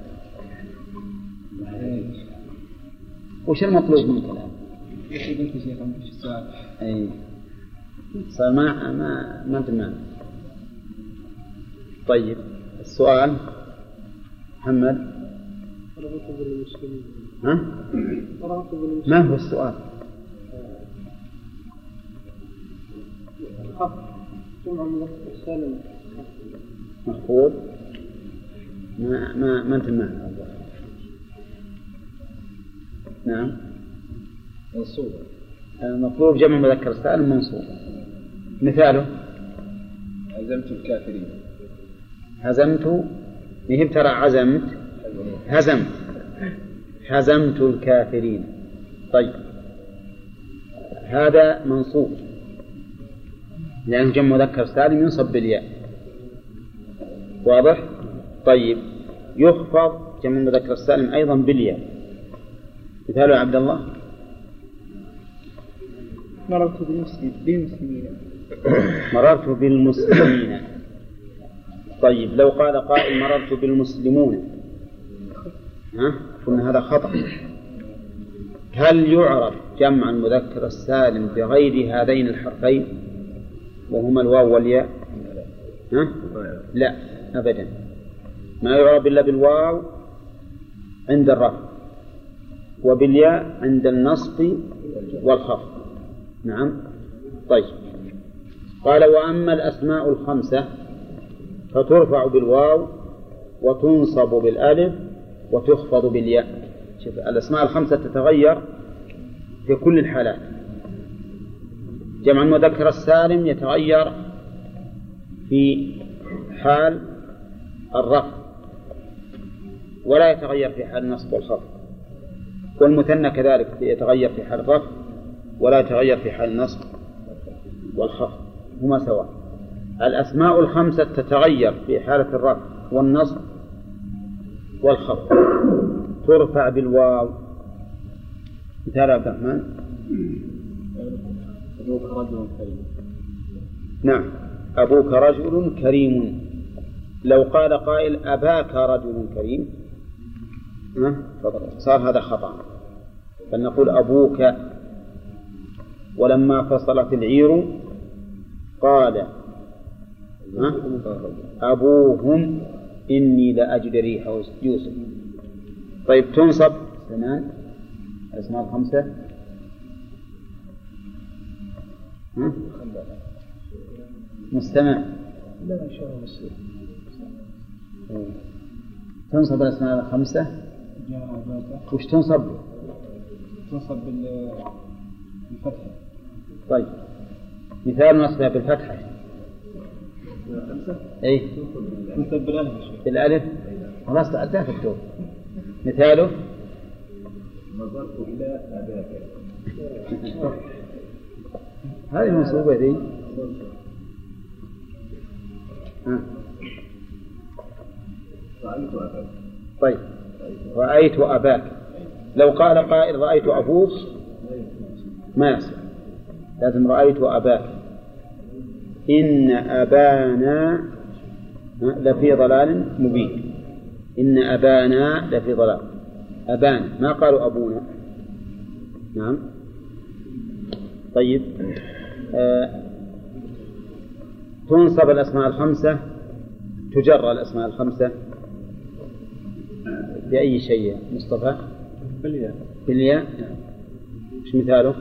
وش المطلوب منك الآن؟ قلت شيخ وش السؤال؟ أي صار ما ما ما أنت معنا. طيب السؤال محمد. مررت بالمسلمين. ها؟ مررت بالمسلمين. ما هو السؤال؟ جمع المذكر السالم مخفوض. ما ما ما أنت معنا. نعم منصوب. المطلوب جمع مذكر سالم منصوب. مثاله هزمت الكافرين. هزمت مهب ترى عزمت هزمت هزمت الكافرين. طيب هذا منصوب لأن جمع مذكر سالم ينصب بالياء. واضح؟ طيب يخفض جمع مذكر سالم أيضا بالياء. مثاله يا عبد الله مررت بالمسلمين. مررت بالمسلمين. طيب لو قال قائل مررت بالمسلمون ها؟ قلنا هذا خطأ. هل يعرف جمع المذكر السالم بغير هذين الحرفين وهما الواو والياء؟ ها؟ لا أبدا، ما يعرف إلا بالواو عند الرفع وبالياء عند النصب والخفض. نعم. طيب قال وأما الأسماء الخمسة فترفع بالواو وتنصب بالألف وتخفض بالياء. شوف الأسماء الخمسة تتغير في كل الحالات. جمع المذكر السالم يتغير في حال الرفع ولا يتغير في حال النصب والخفض، والمثنى كذلك يتغير في حال الرفع ولا يتغير في حال النصب والخفض، هما سواء. الأسماء الخمسة تتغير في حالة الرفع والنصب والخفض، ترفع بالواو. مثال عبد الرحمن. أبوك رجل كريم. نعم أبوك رجل كريم. لو قال قائل أباك رجل كريم صار هذا خطأ، فلنقول أبوك. ولما فصلت العير قال أبوهم إني لأجد ريح يوسف. طيب تنصب سنان الأسماء الخمسة. مستمع. لا إن شاء الله مسير. تنصب الأسماء الخمسة. وش تنصب؟ تنصب بالفتحة. طيب مثال نصبها بالفتحة. أي تنصب بالألف. بالألف خلاص تعدها في الدور. مثاله نظرت إلى أباك. هذه منصوبة ذي. رأيت أباك. طيب رأيت أباك. لو قال قائل رأيت أبوك ما يصح، لازم رأيت أباك. إن أبانا لفي ضلال مبين. إن أبانا لفي ضلال. أبان ما قالوا أبونا. نعم. طيب آه. تنصب الأسماء الخمسة، تجرى الأسماء الخمسة بأي شيء مصطفى؟ بالياء. بالياء. ايش مثاله؟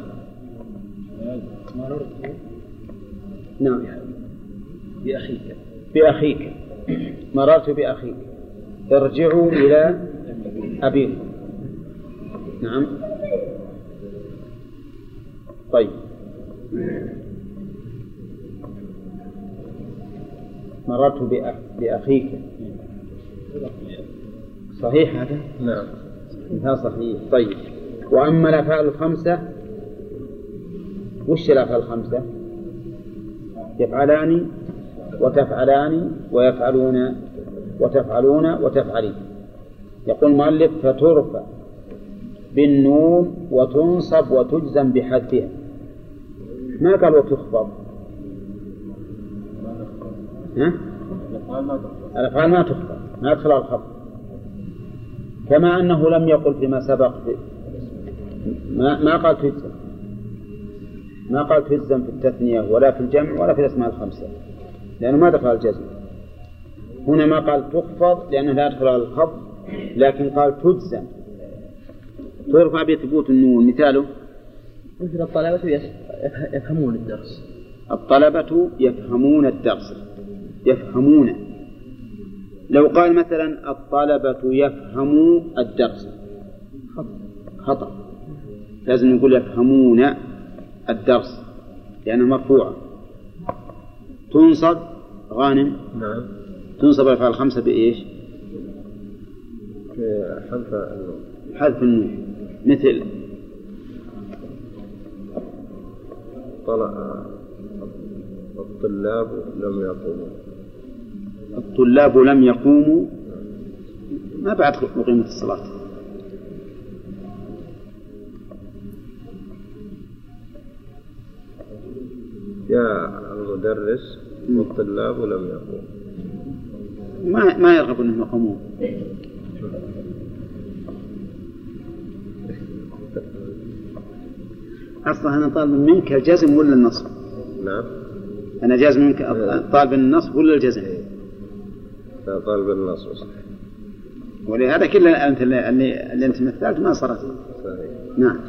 نعم بأخيك. بأخيك. مررت بأخيك. ارجعوا إلى أبيكم. نعم. طيب مررت بأخ... بأخيك. صحيح هذا؟ نعم مثال صحيح. طيب وأما الأفعال الخمسة، وش الأفعال الخمسة؟ يفعلان وتفعلان ويفعلون وتفعلون وتفعلين. يقول المؤلف فترفع بالنون وتنصب وتجزم بحذفها. ما قال وتخفض. ها؟ الأفعال ما تخفض، ما يدخل الخفض. كما أنه لم يقل فيما سبق ما, ما قال تجزم، ما قال تجزم في التثنية ولا في الجمع ولا في الأسماء الخمسة، لأنه ما دخل الجزم. هنا ما قال تخفض لأنه لا يدخل الخفض، لكن قال تجزم ترفع بثبوت النون. مثاله مثل الطلبة يفهمون الدرس. الطلبة يفهمون الدرس. يفهمون. لو قال مثلا الطلبة يفهموا الدرس خطأ، لازم نقول يفهمون الدرس لأنه مرفوع. تنصب غانم. نعم. تنصب الأفعال الخمسة بإيش؟ حذف النون. حذف النون. مثل طلع الطلاب لم يقوموا. الطلاب لم يقوموا ما بعد قيمة الصلاة. جاء المدرس والطلاب لم يقوموا. ما ما يرغب أنهم يقومون. أصلا أنا طالب منك الجزم ولا النصب؟ نعم. أنا جازم منك طالب النصب ولا الجزم؟ لا طالب النصب. ولهذا كل أنت اللي اللي, اللي أنت مثلت ما صارت. صحيح. نعم.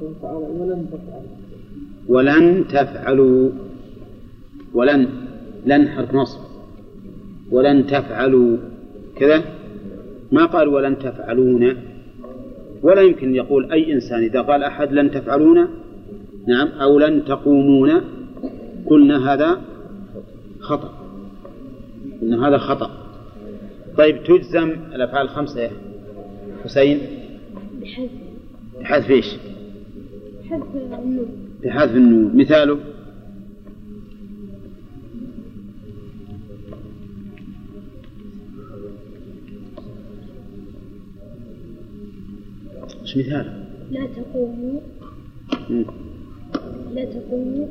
قوله تعالى ولن تفعلوا ولن تفعلوا ولن لن حرف نصب ولن تفعلوا كذا ما قال ولن تفعلون ولا يمكن يقول أي إنسان إذا قال أحد لن تفعلون نعم أو لن تقومون قلنا هذا خطأ إن هذا خطأ. طيب تجزم الأفعال الخمسة يا حسين بحذف بحذف إيش؟ بحذف النون بحذف النون. مثاله إيش مثاله؟ لا تقوموا مم. لا تقوموا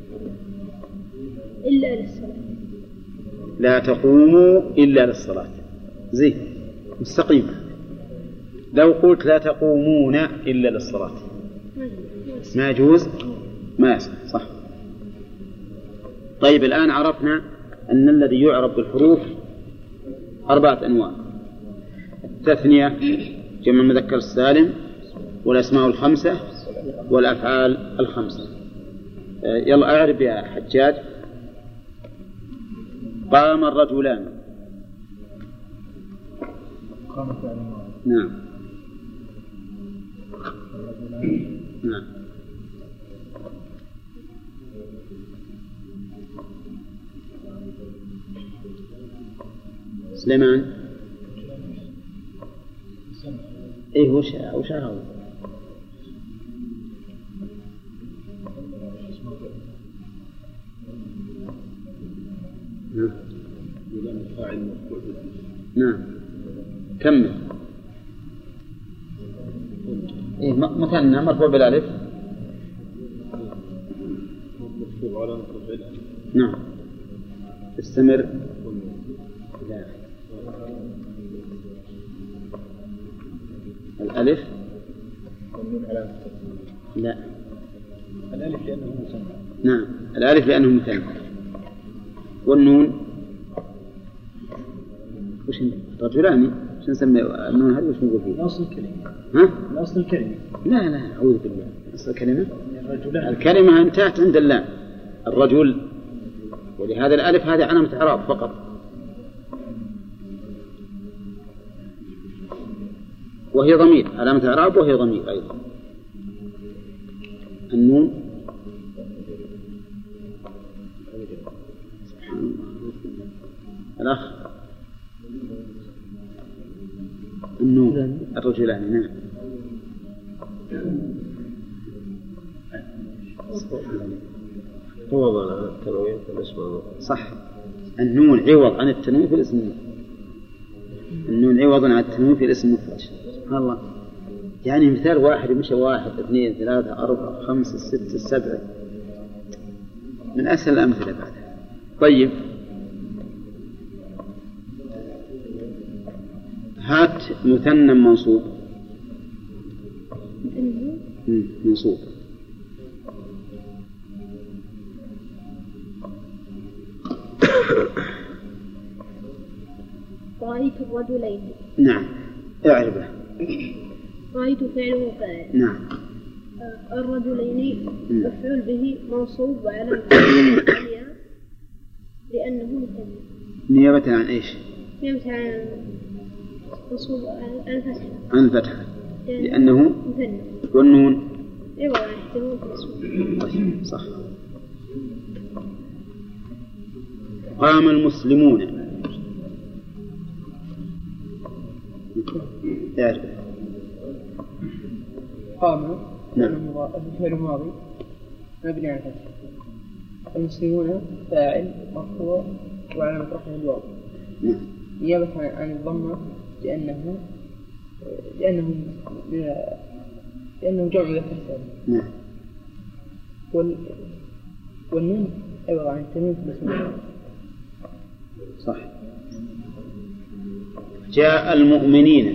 إلا للصلاة. لا تقوموا إلا للصلاة زين مستقيم. لو قلت لا تقومون إلا للصلاة ما يجوز ما يصح صح. طيب الآن عرفنا أن الذي يعرف بالحروف أربعة أنواع: التثنية جمع المذكر السالم والأسماء الخمسة والأفعال الخمسة. يلا أعرف يا حجاج. قام الرجلان. قام فعل نعم نعم سليمان ايه وش وش هذا؟ نعم كمل. إيه مثنى مرفوع بالألف. نعم استمر. لا. الألف لا الألف لأنه مثنى. نعم الألف لأنه مثنى. والنون وش رجلان وش نسمي النون هذه وش نقول فيه؟ أصل الكلمة. ها؟ أصل الكلمة. لا لا أعوذ بالله. أصل الكلمة الرجلان. الكلمة انتهت عند اللام الرجل، ولهذا الألف هذه علامة إعراب فقط. وهي ضمير علامة إعراب وهي ضمير أيضا. النون الأخ النون الرجلان. نعم عوض عن التنوين في الاسم. صح النون عوض عن التنوين في الاسم. النون عوض عن التنوين في الاسم المفرد. سبحان الله. يعني مثال واحد مش واحد اثنين ثلاثة أربعة خمسة ستة سبعة من أسهل الأمثلة بعدها. طيب هات مثنى منصوب. منصوب رأيت الرجلين. نعم اعربه. رأيت فعل وفاعل. نعم الرجلين مفعول به منصوب وعلامة الثانية لأنه مثنى. نيابة عن إيش؟ نيابة عن منصوب عن الفتحة. عن الفتحة لأنه مثنى. والنون أيوة يحتمل في الاسم. صح. قام المسلمون. اعرف. قام نعم فعل ماضي مبني على الفتح. المسلمون فاعل مرفوع وعلامة رفعه الواو. نعم نيابة عن الضمة لأنه لأنه لأنه جمع مذكر سالم. نعم وال والنون عوض عن التنوين في الاسم. صح. جاء المؤمنين.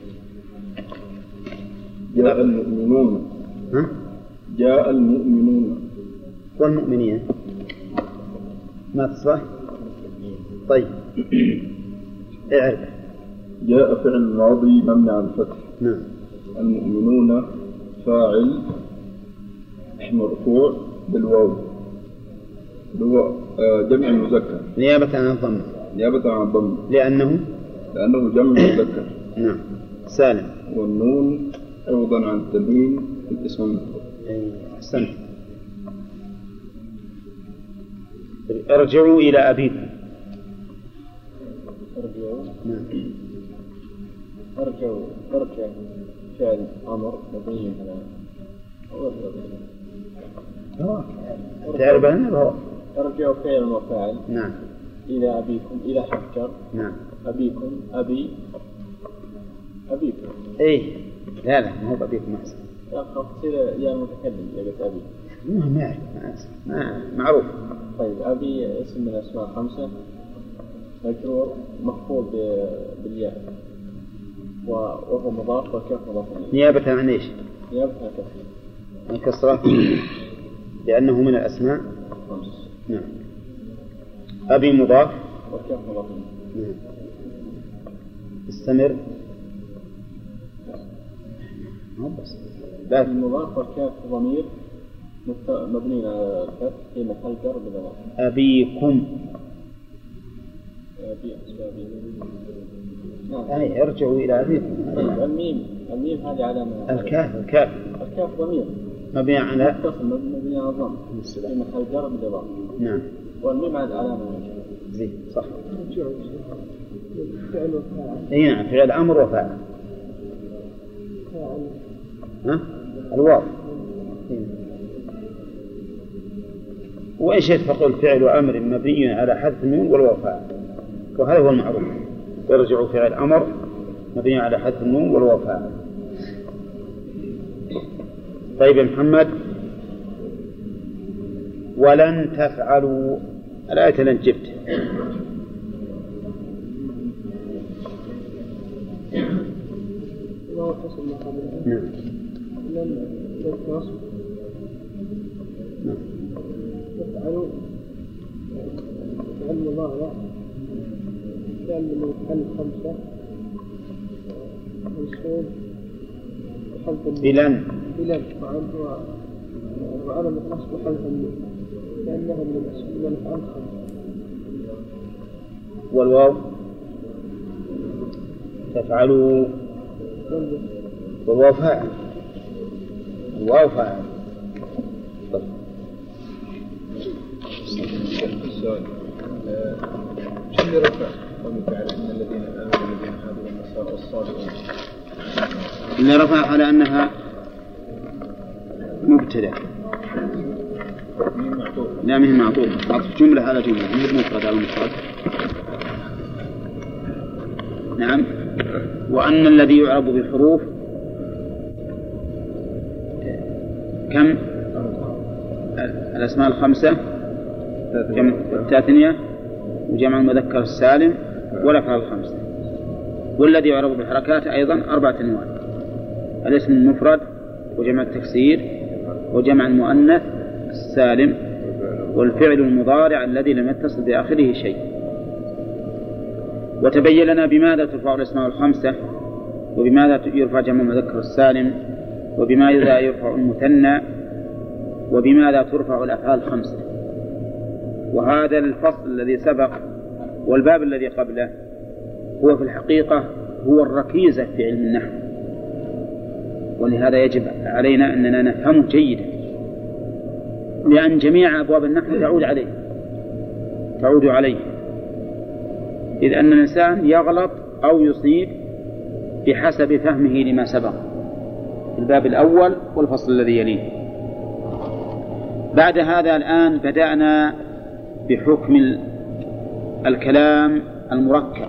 جاء المؤمنون. ها؟ جاء المؤمنون والمؤمنين ما تصلح. طيب اعرف. جاء فعل ماضي مبني على الفتح. نعم المؤمنون فاعل مرفوع بالواو اللي هو جمع المذكر نيابة عن الضم نيابة عن الضم لأنه لأنه جمع مذكر. نعم. سالم. والنون عوضا عن التنوين في الاسم المفرد. أحسنت. ارجعوا إلى أبيكم. ارجعوا. نعم. ارجعوا ارجع فعل أمر مبني على تعرف أنه ارجعوا فعل وفاعل. نعم. إلى أبيكم إلى حجر. نعم. أبيكم أبي أبيكم. إيه لا لا ما هو أبيكم أحسن. يا تصير يا المتكلم يا قلت أبي. ما ما أعرف ما معروف. طيب أبي اسم من الأسماء خمسة مجرور مخفوض بالياء وهو مضاف وكاف مضاف. نيابة عن إيش؟ نيابة عن كسرة. عن كسرة لأنه من الأسماء خمس. نعم. أبي مضاف وكاف مضاف. نعم. استمر. بس. المضاف والكاف ضمير مبني على الفتح في محل جر بضمير. أبيكم. أبي أسبابي. أي ارجعوا إلى أبيكم. الميم الميم هذه علامة. الكاف الكاف. الكاف ضمير. مبني على. مبني على الضم. في محل جر بضمير. نعم. والميم على علامة. زين صح. اي نعم فعل امر وفاعل. ها الواو. وإن شئت فقل فعل امر مبني على حذف النون والواو فاعل وهذا هو المعروف. يرجع فعل امر مبني على حذف النون والواو فاعل. طيب يا محمد ولن تفعلوا الآية لن جبت نعم لن تنصب نعم تفعلوا فعل مضارع فعل من فعل خمسة منصوب بحذف بلن بلن وعلى نصب حذف النون لأنها من الأسماء الأفعال خمسة. والواو تفعلوا والواو فاعل الواو فاعل. السؤال شو اللي رفع قوله تعالى إن الذين آمنوا الذين هادوا والنصارى والصابئون اللي رفع على أنها مبتدأ لا مهم معطوف عطف جملة على جملة مهم مفرد على مفرد. نعم. وأن الذي يعرب بالحروف كم الأسماء الخمسة جمع التاثنية وجمع المذكر السالم والأفعال الخمسة. والذي يعرب بالحركات أيضا أربعة أنواع الاسم المفرد وجمع التكسير وجمع المؤنث السالم والفعل المضارع الذي لم يتصل بآخره شيء. وتبين لنا بماذا ترفع الأسماء الخمسة وبماذا يرفع جمع المذكر السالم وبماذا يرفع المثنى وبماذا ترفع الأفعال الخمسة. وهذا الفصل الذي سبق والباب الذي قبله هو في الحقيقة هو الركيزة في علم النحو ولهذا يجب علينا أننا نفهمه جيدا لأن جميع أبواب النحو تعود عليه تعود عليه إذ أن الإنسان يغلط أو يصيب بحسب فهمه لما سبق في الباب الأول والفصل الذي يليه. بعد هذا الآن بدأنا بحكم الكلام المركب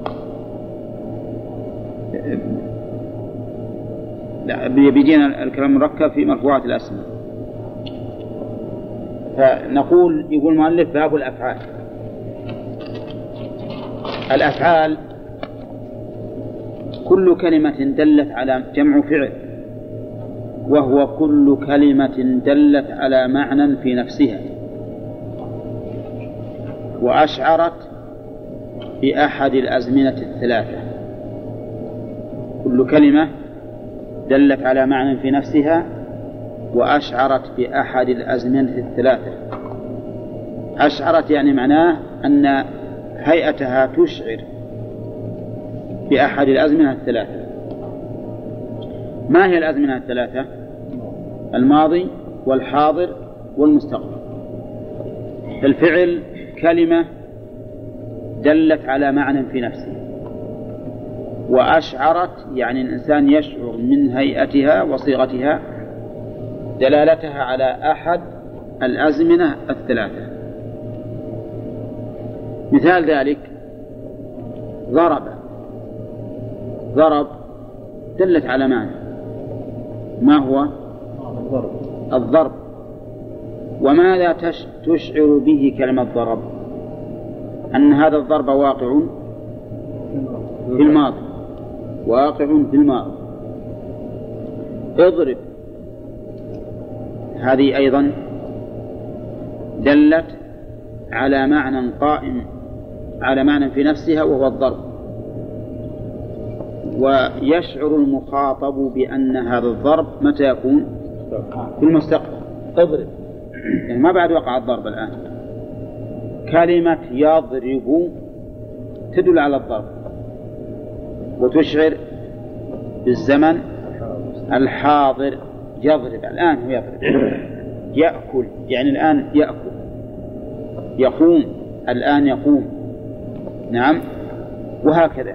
لا بيجينا الكلام المركب في مرفوعات الأسماء. فنقول يقول المؤلف باب الأفعال. الأفعال كل كلمة دلت على جمع فعل وهو كل كلمة دلت على معنى في نفسها وأشعرت بأحد الأزمنة الثلاثة. كل كلمة دلت على معنى في نفسها وأشعرت بأحد الأزمنة الثلاثة. أشعرت يعني معناه أن هيئتها تشعر بأحد الأزمنة الثلاثة. ما هي الأزمنة الثلاثة؟ الماضي والحاضر والمستقبل. الفعل كلمة دلت على معنى في نفسه، وأشعرت يعني الإنسان يشعر من هيئتها وصيغتها دلالتها على أحد الأزمنة الثلاثة. مثال ذلك ضرب. ضرب دلت على معنى، ما هو؟ الضرب. الضرب. وماذا تشعر به كلمة ضرب؟ أن هذا الضرب واقع في الماضي، واقع في الماضي. اضرب هذه أيضا دلت على معنى قائم على معنى في نفسها وهو الضرب. ويشعر المخاطب بأن هذا الضرب متى يكون؟ في المستقبل. اضرب يعني ما بعد وقع الضرب الآن. كلمة يضرب تدل على الضرب وتشعر بالزمن الحاضر. يضرب الآن هو يضرب. يأكل يعني الآن يأكل. يقوم الآن يقوم. نعم، وهكذا.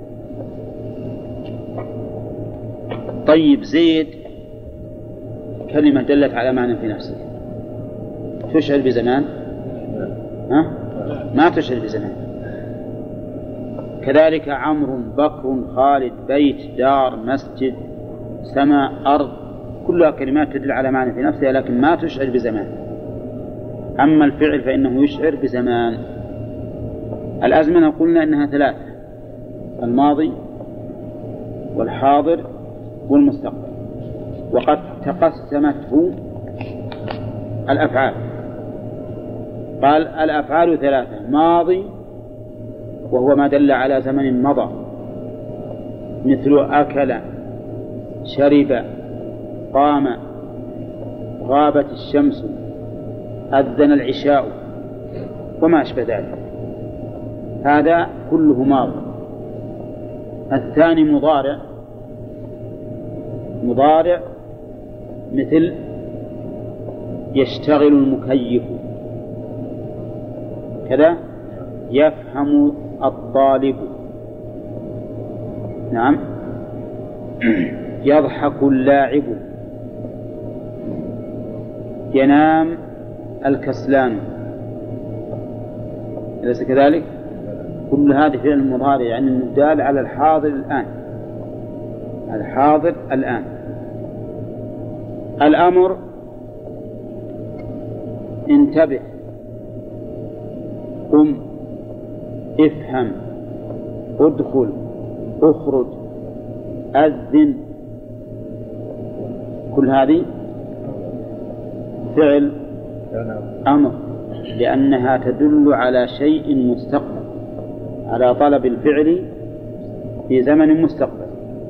طيب زيد كلمة دلت على معنى في نفسه، تشعر بزمان؟ ها؟ ما تشعر بزمان. كذلك عمرو، بكر، خالد، بيت، دار، مسجد، سماء، أرض، كلها كلمات تدل على معنى في نفسها لكن ما تشعر بزمان. أما الفعل فإنه يشعر بزمان. الأزمنة قلنا إنها ثلاثة: الماضي والحاضر والمستقبل. وقد تقسمته الأفعال. قال الأفعال ثلاثة: ماضي وهو ما دل على زمن مضى، مثل أكل، شرب، قام، غابت الشمس، أذن العشاء، وما أشبه ذلك. هذا كله ماضي. الثاني مضارع. مضارع مثل يشتغل المكيف كذا، يفهم الطالب، نعم، يضحك اللاعب، ينام الكسلان، أليس كذلك؟ كل هذه فعل المضارع يعني الدال على الحاضر الآن. الحاضر الآن. الأمر: انتبه، قم، افهم، ادخل، اخرج، أذن، كل هذه فعل أمر لأنها تدل على شيء مستقبل، على طلب الفعل في زمن مستقبل.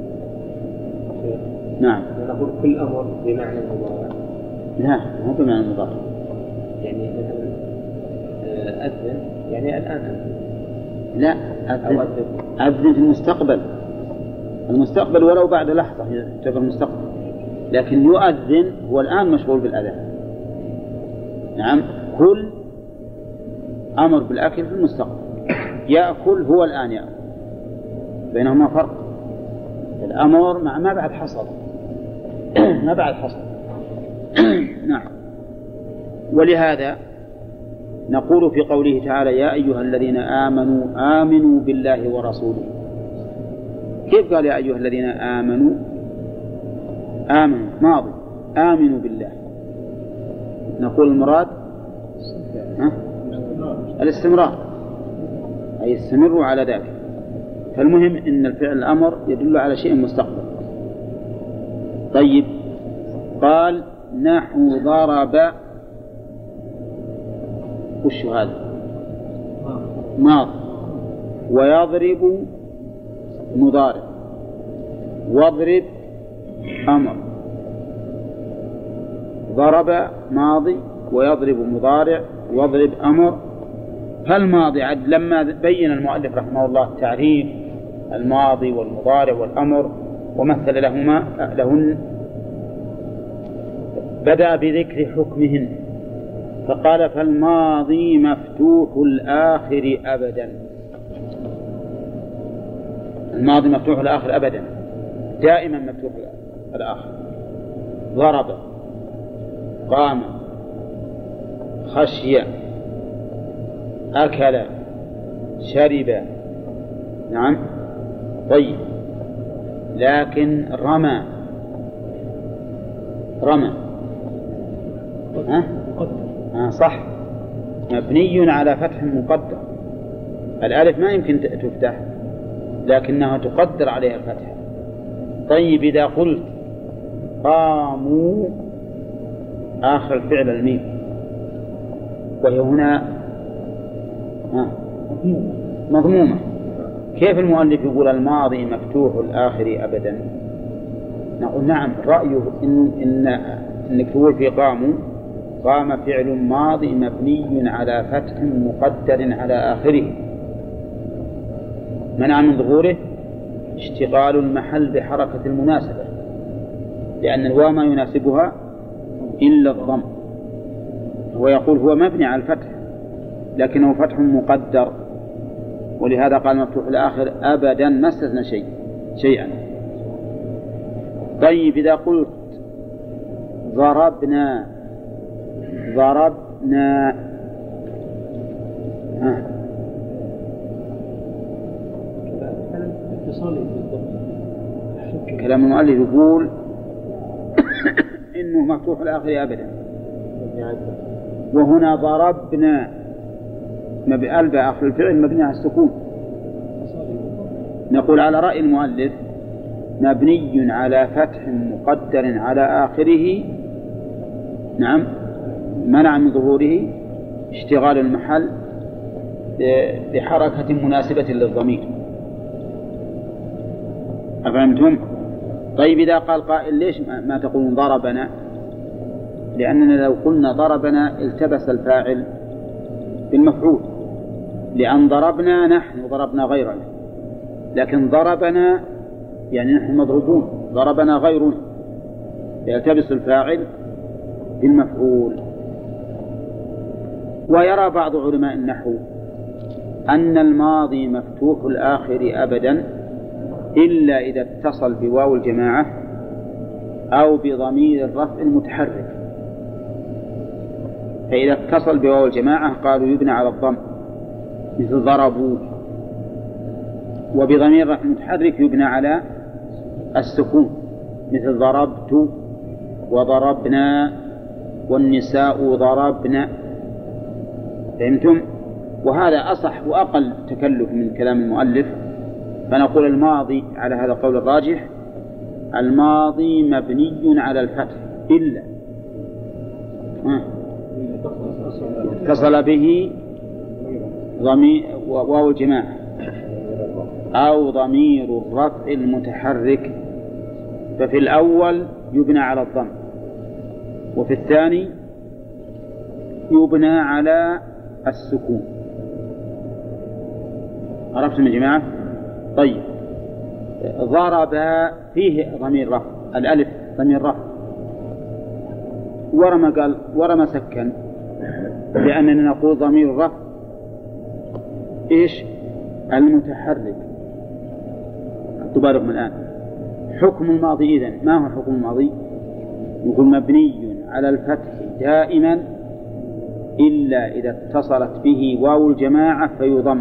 نعم. نقول كل أمر بمعنى المضارع. لا، مو بمعنى المضارع. يعني مثلا أذن يعني الآن أذن. لا، أذن أذن في المستقبل. المستقبل ولو بعد لحظة يعتبر المستقبل، لكن يؤذن هو الآن مشغول بالأذان. نعم. كل أمر بالأكل في المستقبل، يأكل هو الآن يأكل، بينهما فرق. الأمر مع ما بعد حصل ما بعد حصل. نعم. ولهذا نقول في قوله تعالى: يا أيها الذين آمنوا آمنوا بالله ورسوله. كيف قال يا أيها الذين آمنوا؟ آمنوا ماضي، آمنوا بالله. نقول المراد ها؟ الاستمرار، أي استمروا على ذلك. فالمهم إن الفعل الأمر يدل على شيء مستقبل. طيب، قال نحو ضرب، وش هذا؟ ماضي. ويضرب مضارع. واضرب أمر. ضرب ماضي ويضرب مضارع واضرب أمر. فالماضي عد لما بين المؤلف رحمه الله تعريف الماضي والمضارع والأمر ومثل لهما لهن بدأ بذكر حكمهن فقال فالماضي مفتوح الآخر أبدا. الماضي مفتوح الآخر أبدا دائما مفتوح الآخر. ضرب قام خشي أكل شرب. نعم طيب. لكن رمى رمى ها؟ آه صح مبني على فتح مقدر. الألف ما يمكن تفتح لكنها تقدر عليها الفتح. طيب إذا قلت قاموا آخر الفعل الميم وهي هنا آه مضمومة كيف المؤلف يقول الماضي مفتوح الآخر أبدا؟ نقول نعم رأيه إن إن إنك تقول في قاموا قام فعل ماضي مبني على فتح مقدر على آخره منع من ظهوره اشتغال المحل بحركة المناسبة لأن الواو ما يناسبها إلا الضم. ويقول هو مبني على الفتح لكنه فتح مقدر ولهذا قال مفتوح الآخر أبدا ما استثنى شيء شيئا. طيب إذا قلت ضربنا ضربنا آه. كلام المؤلف يقول إنه مفتوح الآخر أبدا وهنا ضربنا بألف آخر الفعل مبني على السكون. نقول على رأي المؤلف مبني على فتح مقدر على آخره. نعم منع من ظهوره اشتغال المحل بحركة مناسبة للضمير. أفهمتم؟ طيب إذا قال قائل ليش ما تقولون ضربنا؟ لأننا لو قلنا ضربنا التبس الفاعل بالمفعول لأن ضربنا نحن ضربنا غيرنا لكن ضربنا يعني نحن مضروبون ضربنا غيرنا يلتبس الفاعل بالمفعول. ويرى بعض علماء النحو أن الماضي مفتوح الآخر أبدا إلا إذا اتصل بواو الجماعة أو بضمير الرفع المتحرك. فإذا اتصل بواو الجماعة قالوا يبنى على الضم مثل ضربوا وبضمير الرفع المتحرك يبنى على السكون مثل ضربت وضربنا والنساء ضربنا. فهمتم؟ وهذا أصح وأقل تكلف من كلام المؤلف. فنقول الماضي على هذا القول الراجح الماضي مبني على الفتح إلا اتصل به ضمير واو الجماعة أو ضمير الرفع المتحرك. ففي الأول يبنى على الضم وفي الثاني يبنى على السكون. عرفتم يا جماعة؟ طيب ضرب فيه ضمير رفع الألف ضمير رفع ورمى قال ورمى سكن لأننا نقول ضمير الرفع إيش المتحرك. تبارك من الآن حكم الماضي إذن ما هو حكم الماضي؟ يقول مبني على الفتح دائما إلا إذا اتصلت به واو الجماعة فيضم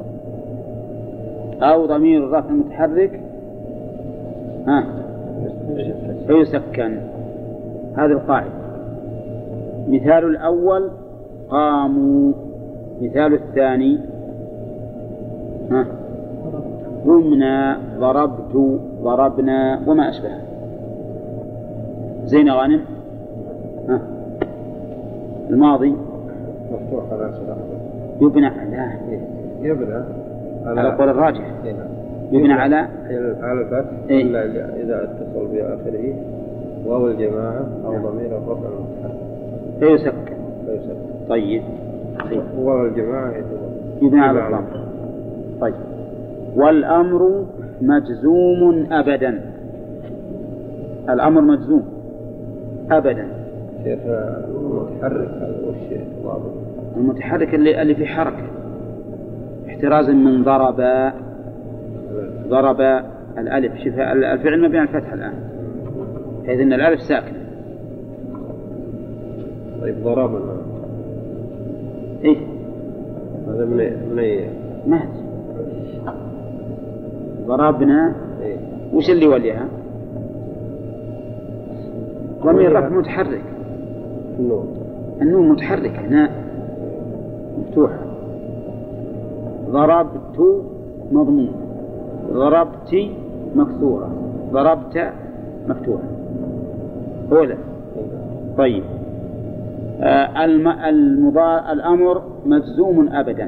أو ضمير الرفع المتحرك ها فيسكن. هذا القاعدة. مثال الأول قاموا مثال الثاني ها قمنا ضربت ضربنا وما أشبه. زين غانم ها الماضي مفتوح على يبنى لا يبنى على قول الراجح يبنى على على الفتح إلا إذا اتصل بآخره واو الجماعة أو ضمير الرفع المتحرك فيسكن. فيسكن. طيب واو الجماعة يبنى على الضم. طيب والأمر مجزوم أبدا. الأمر مجزوم أبدا. شيخ المتحرك هذا وش واضح؟ المتحرك اللي, اللي في حركة احترازا من ضرب. ضرب الألف. شوف الفعل مبني على الفتح الآن حيث أن الألف ساكنة. طيب ضربنا إيه هذا من من مهد. ضربنا إيه؟ وش اللي وليها؟ ضمير رفع متحرك. النون. النون متحرك هنا مفتوحة. ضربت مضمون. ضربت مكسورة. ضربت مفتوحة. أولى. طيب آه الم... المضار... الأمر مجزوم أبدا.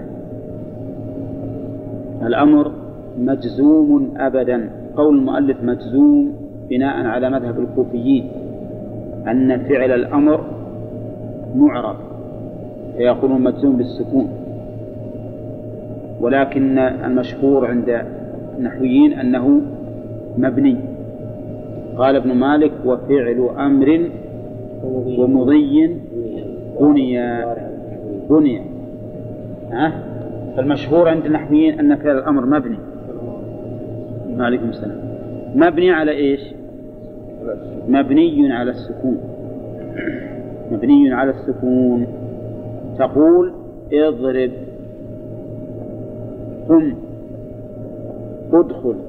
الأمر مجزوم أبدا. قول المؤلف مجزوم بناء على مذهب الكوفيين أن فعل الأمر معرب فيقولون مجزوم بالسكون، ولكن المشهور عند النحويين أنه مبني. قال ابن مالك وفعل أمر ومضي بني بني ها فالمشهور عند النحويين أن فعل الأمر مبني. وعليكم السلام. مبني على إيش؟ مبني على السكون. مبني على السكون. تقول اضرب قم ادخل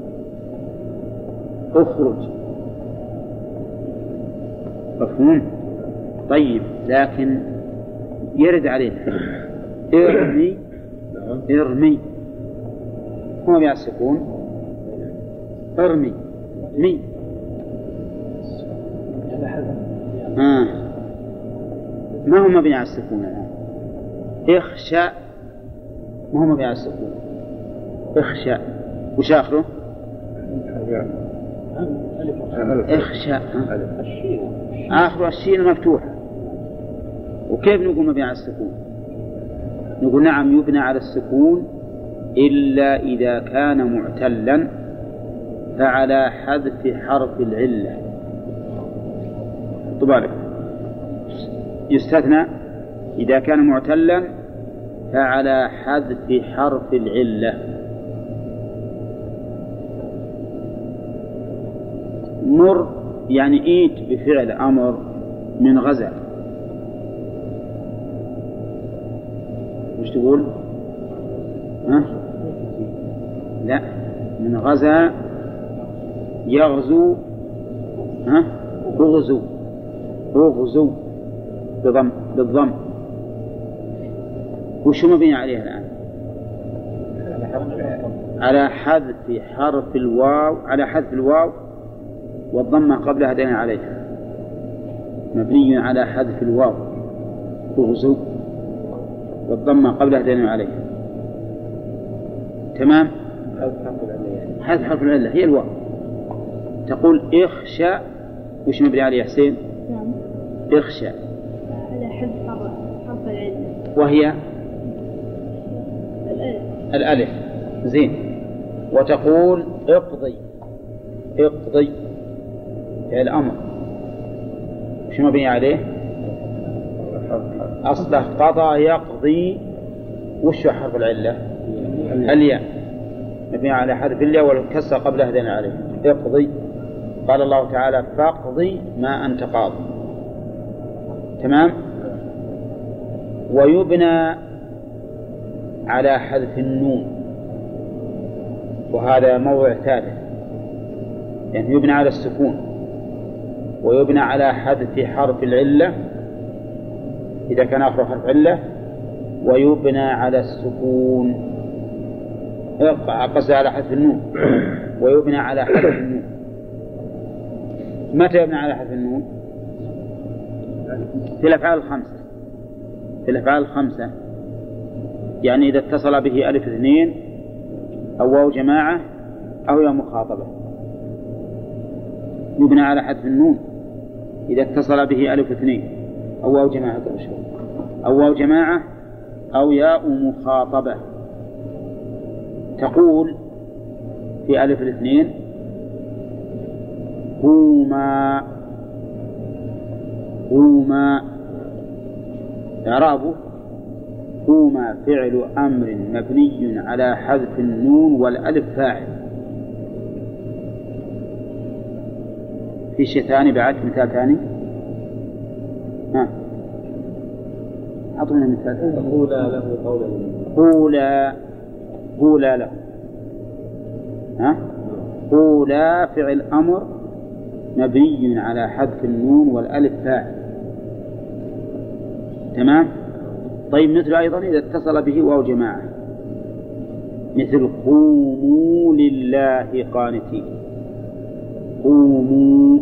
اخرج. مفهوم؟ طيب لكن يرد علينا ارمي. ارمي هو مبني على السكون. ارمي مي آه. ما هو مبني على السكون الآن. اخشى ما هو مبني على السكون. اخشى وش آخره؟ اخشى آخر الشين مفتوحة. وكيف نقول مبني على السكون؟ نقول نعم يبنى على السكون إلا إذا كان معتلا فعلى حذف حرف العلة. طبعا يستثنى إذا كان معتلا فعلى حذف حرف العلة. مر يعني ايت بفعل أمر من غزا. وش تقول؟ ها؟ لا من غزا يغزو. ها؟ اغزو اغزو بضم بالضم. وش مبني عليه الآن؟ على حذف حرف الواو. على حذف الواو والضمة قبلها دين عليها. مبني على حذف الواو اغزو والضمة قبلها دين عليها. تمام. حذف حرف العلة هي الواو. تقول اخشى وش مبني عليه حسين؟ اخشى على حذف حرف العلة وهي الألف. الألف. زين. وتقول اقضي. اقضي فعل أمر وش مبني عليه؟ أصله قضى يقضي. وش حرف العلة؟ الياء مبني على حرف الياء والكسر قبلها دين عليه. اقضي. قال الله تعالى فاقضي ما أنت قاض. تمام. ويبنى على حذف النون وهذا موضع ثالث. يعني يبنى على السكون ويبنى على حذف حرف العلة إذا كان آخر حرف علة ويبنى على السكون. قصد على حذف النون ويبنى على حذف النون. متى يبنى على حذف النون؟ في الأفعال الخمسة. في الأفعال الخمسة يعني إذا اتصل به ألف اثنين أو واو جماعة أو يا مخاطبة يبنى على حذف النون إذا اتصل به ألف اثنين أو واو جماعة أو واو جماعة أو ياء مخاطبة. تقول في ألف الاثنين قوما قوما، إعرابه قوما فعل أمر مبني على حذف النون والألف فاعل. في شيء ثاني بعد؟ مثال ثاني؟ ها أعطونا مثال. قولا له قولا قولا قولا له. ها قولا فعل أمر مبني على حذف النون والألف فاعل. تمام. طيب مثل أيضا إذا اتصل به واو جماعة، مثل قوموا لله قانتين. قوموا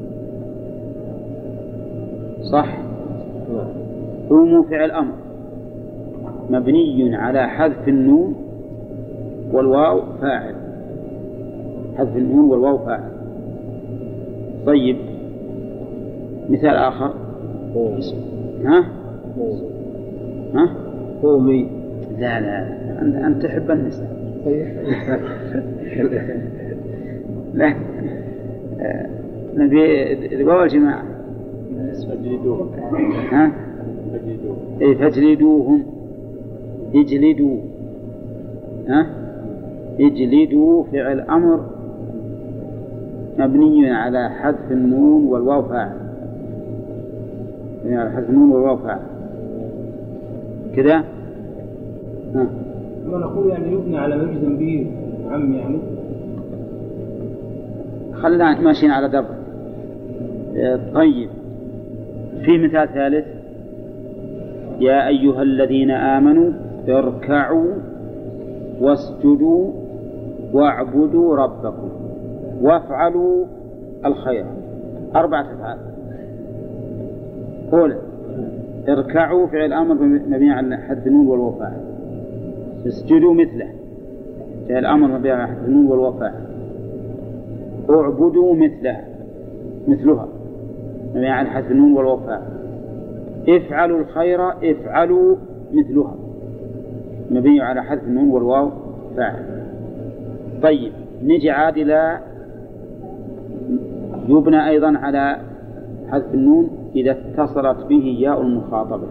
صح. قوموا فعل أمر مبني على حذف النون والواو فاعل. حذف النون والواو فاعل. طيب مثال آخر. ها ها قومي. لا لا أنت أنت تحب النساء. لا نبي الواو الجماعة. فاجلدوهم. ها إيه فاجلدوهم. اجلدوا. ها اجلدوا فعل أمر مبني على حذف النون والواو فاعل. يعني على حذف النون والواو فاعل كذا. ها ما نقول يعني يبنى على مجزم به عم يعني. خلنا ماشيين على درب. طيب في مثال ثالث. يا أيها الذين آمنوا اركعوا واسجدوا واعبدوا ربكم وافعلوا الخير. أربعة أفعال. قول اركعوا فعل أمر مبني على حذف النون والواو فاعل. اسجدوا مثله فعل أمر مبني على حذف النون والواو فاعل. اعبدوا مثله مثلها مبني على حذف النون والواو فاعل. افعلوا الخير افعلوا مثلها مبني على حذف النون والواو فاعل. طيب نجي عاد إلى يبنى أيضا على حذف النون إذا اتصلت به ياء المخاطبة.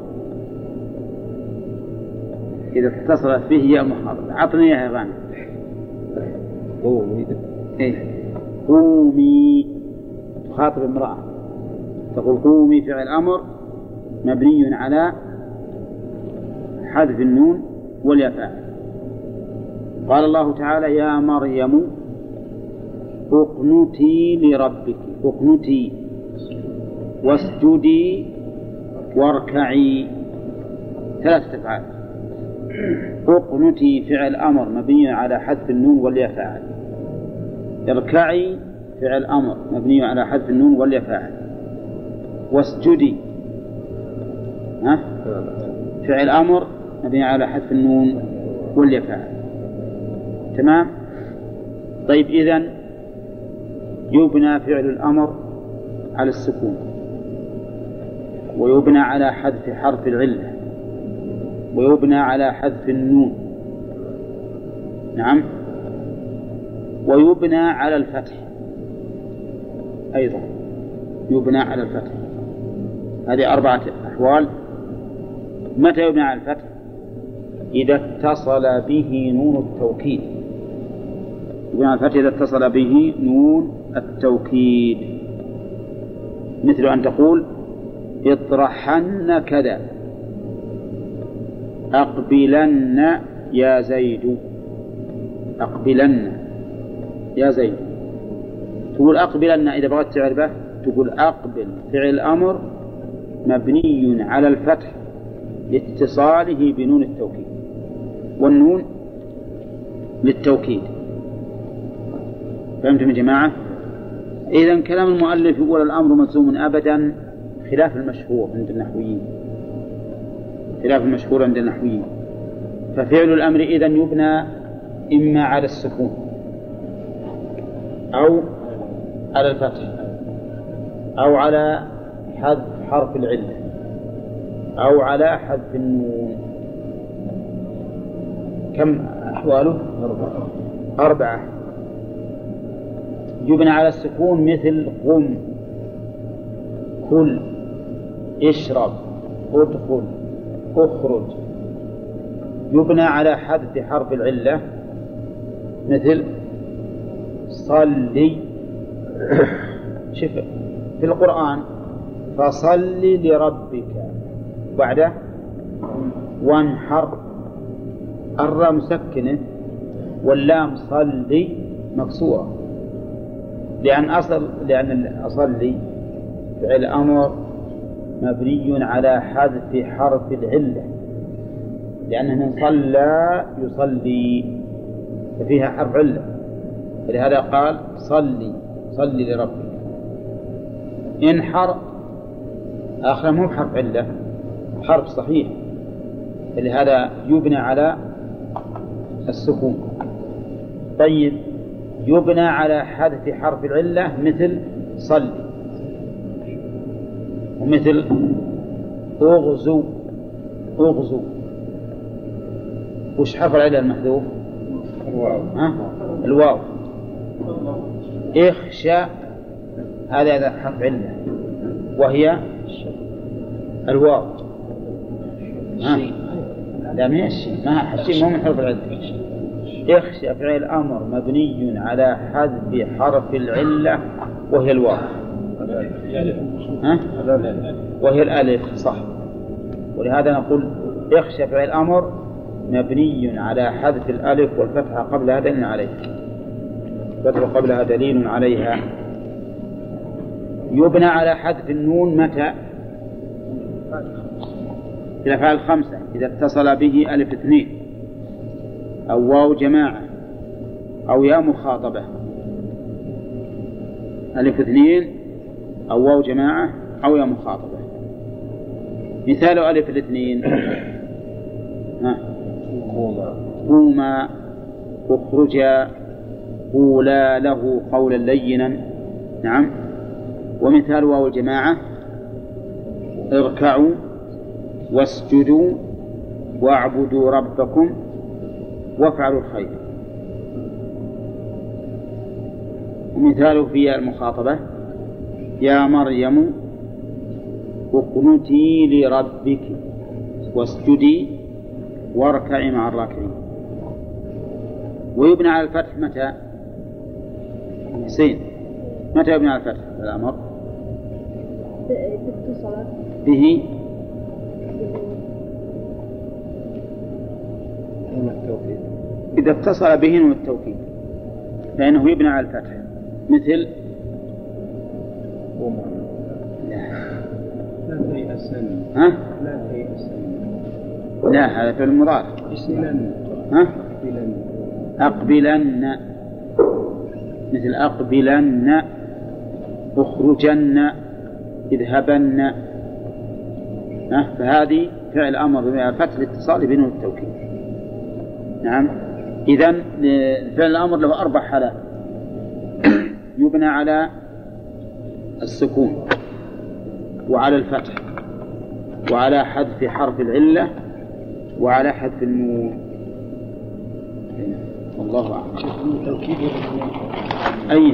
إذا اتصلت به ياء المخاطبة. عطني إياها يا غانم. قومي. إيه قومي تخاطب امرأة تقول قومي فعل أمر مبني على حذف النون والياء فاعل. قال الله تعالى يا مريم اقنتي لربك. اقنتي واسجدي واركعي. ثلاثة أفعال. اقنتي فعل أمر مبني على حذف النون والياء فاعل. اركعي فعل أمر مبني على حذف النون والياء فاعل. واسجدي ها فعل أمر مبني على حذف النون والياء فاعل. تمام. طيب إذن يبنى فعل الأمر على السكون ويبنى على حذف حرف العلة ويبنى على حذف النون. نعم. ويبنى على الفتح أيضا. يبنى على الفتح. هذه أربعة أحوال. متى يبنى على الفتح؟ إذا اتصل به نون التوكيد. يبنى على الفتح إذا اتصل به نون التوكيد. مثل أن تقول اطرحن كذا. أقبلن يا زيد. أقبلن يا زيد. تقول أقبلن إذا بغيت تعرفه تقول أقبل فعل أمر مبني على الفتح لاتصاله بنون التوكيد والنون للتوكيد. فهمتم يا جماعة؟ إذن كلام المؤلف يقول الأمر مجزوم أبدا خلاف المشهور عند النحويين. خلاف المشهور عند النحويين. ففعل الأمر إذن يبنى إما على السكون أو على الفتح أو على حذف حرف العلة أو على حذف النون. كم أحواله؟ أربعة. أربعة. يبنى على السكون مثل قم، كل، اشرب، ادخل، اخرج. يبنى على حذف حرف العلة مثل صلي. شوف في القرآن فصل لربك، بعده وانحر، الراء مسكنة واللام صلي مكسورة، لأن أصل لأن أصلي فعل أمر مبني على حذف حرف العلة، لأنه من صلى يصلي ففيها حرف علة، فلهذا قال صلي صلي لربك. انحر آخر مو حرف علة، حرف صحيح، فلهذا يبنى على السكون. طيب يبنى على حذف حرف العلة مثل صلي، ومثل اغزو. اغزو وش حرف العلة المحذوف؟ الواو. ها؟ الواو. اخشى هذا هذا حرف علة وهي الواو. ها؟ لا من الشيء، ما الشيء مو من حرف العلة. اخشى فعل أمر مبني على حذف حرف العلة وهي الواو. ها؟ وهي الألف صح. ولهذا نقول اخشى فعل أمر مبني على حذف الألف والفتحة قبلها دليل عليها، الفتحة قبلها دليل عليها. يبنى على حذف النون متى؟ في الأفعال الخمسة إذا اتصل به ألف اثنين أو واو جماعة أو يا مخاطبة. ألف اثنين أو واو جماعة أو يا مخاطبة. مثال ألف الاثنين ها قوما، اخرجا، قولا له قولا لينا. نعم. ومثال واو الجماعة اركعوا واسجدوا واعبدوا ربكم وافعلوا الخير. ومثاله في المخاطبة يا مريم اقنتي لربك واسجدي واركعي مع الراكعين. ويبنى على الفتح متى؟ حسين متى يبنى على الفتح الأمر؟ به إذا اتصل به نون التوكيد فإنه يبنى على الفتح مثل لا تيأسن. ها؟ لا تيأسن. لا هذا في المضارع. ها؟ أقبلن مثل أقبلن، اخرجن، اذهبن. ها؟ فهذه فعل أمر بفتح الاتصال بنون التوكيد. نعم. إذن فعل الأمر له أربع حالات: يبنى على السكون وعلى الفتح وعلى حذف حرف العلة وعلى حذف النون. والله أعلم. أي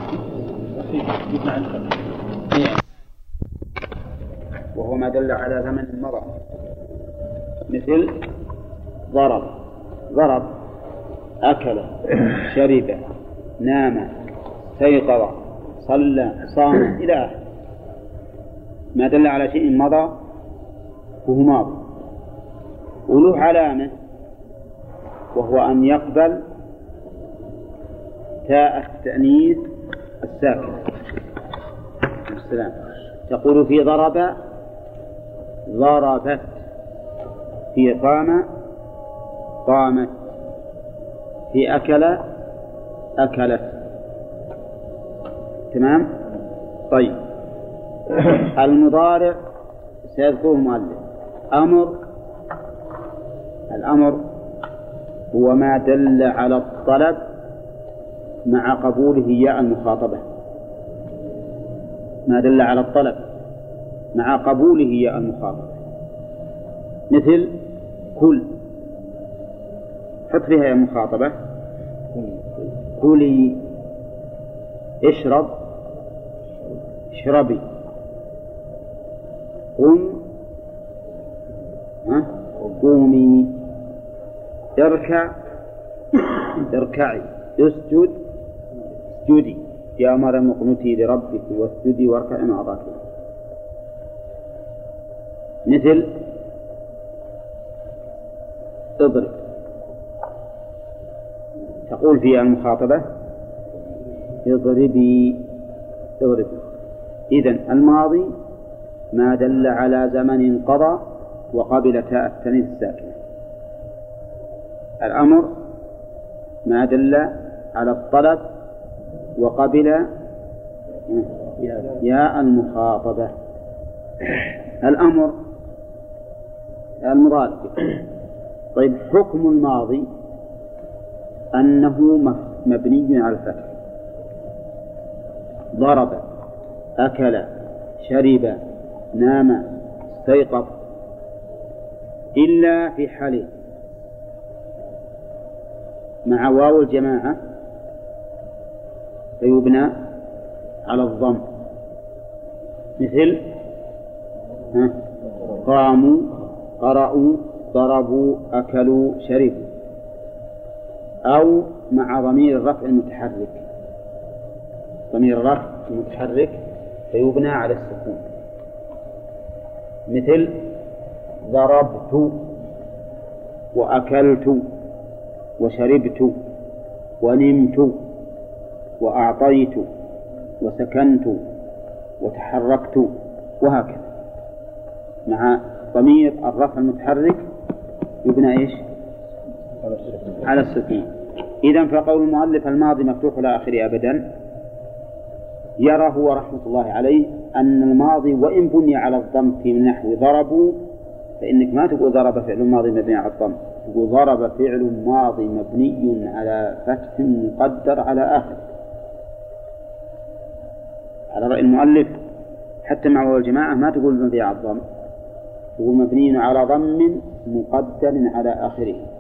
وهو ما دل على زمن مضى مثل ضرب، ضرب، أكل، شرب، نام، استيقظ، صلى، صام إلى آخره. ما دل على شيء مضى وهو ماضي، وله علامة وهو أن يقبل تاء التأنيث الساكنة. السلام. تقول في ضرب ضربت، في قام قامت، في أكل أكلت. تمام؟ طيب المضارع سيذكره المؤلف. أمر، الأمر هو ما دل على الطلب مع قبوله ياء المخاطبة، ما دل على الطلب مع قبوله ياء المخاطبة، مثل كل، حط فيها ياء المخاطبة، كلي، اشرب، اشربي، قم، قومي، اركع، اركعي، اسجد، اسجدي، يا مريم اقنتي لربك واسجدي واركعي مع الراكعين. مثل اضرب، تقول في المخاطبة اضربي، اضربي. إذن الماضي ما دل على زمن قضى وقبل تاء التانيث الساكنة. الأمر ما دل على الطلب وقبل ياء المخاطبة. الأمر المضارع. طيب حكم الماضي أنه مبني على الفتح، ضرب، أكل، شرب، نام، استيقظ، إلا في حالين: مع واو الجماعة فيبنى على الضم، مثل قاموا، قرأوا، ضربوا، أكلوا، شربوا. أو مع ضمير الرفع المتحرك، ضمير الرفع المتحرك فيبنى على السكون، مثل ضربت، وأكلت، وشربت، ونمت، وأعطيت، وسكنت، وتحركت، وهكذا. مع ضمير الرفع المتحرك يبنى إيش؟ على السكون. إذن فقول المؤلف الماضي مفتوح إلى آخره أبدا يرى هو رحمة الله عليه أن الماضي وإن بني على الضم في نحو ضربوا، فإنك ما تقول ضرب فعل ماضي مبني على الضم، تقول ضرب فعل ماضي مبني على فتح مقدر على آخر، على رأي المؤلف. حتى مع واو الجماعة ما تقول مبني على الضم، تقول مبني على ضم مقدر على آخره.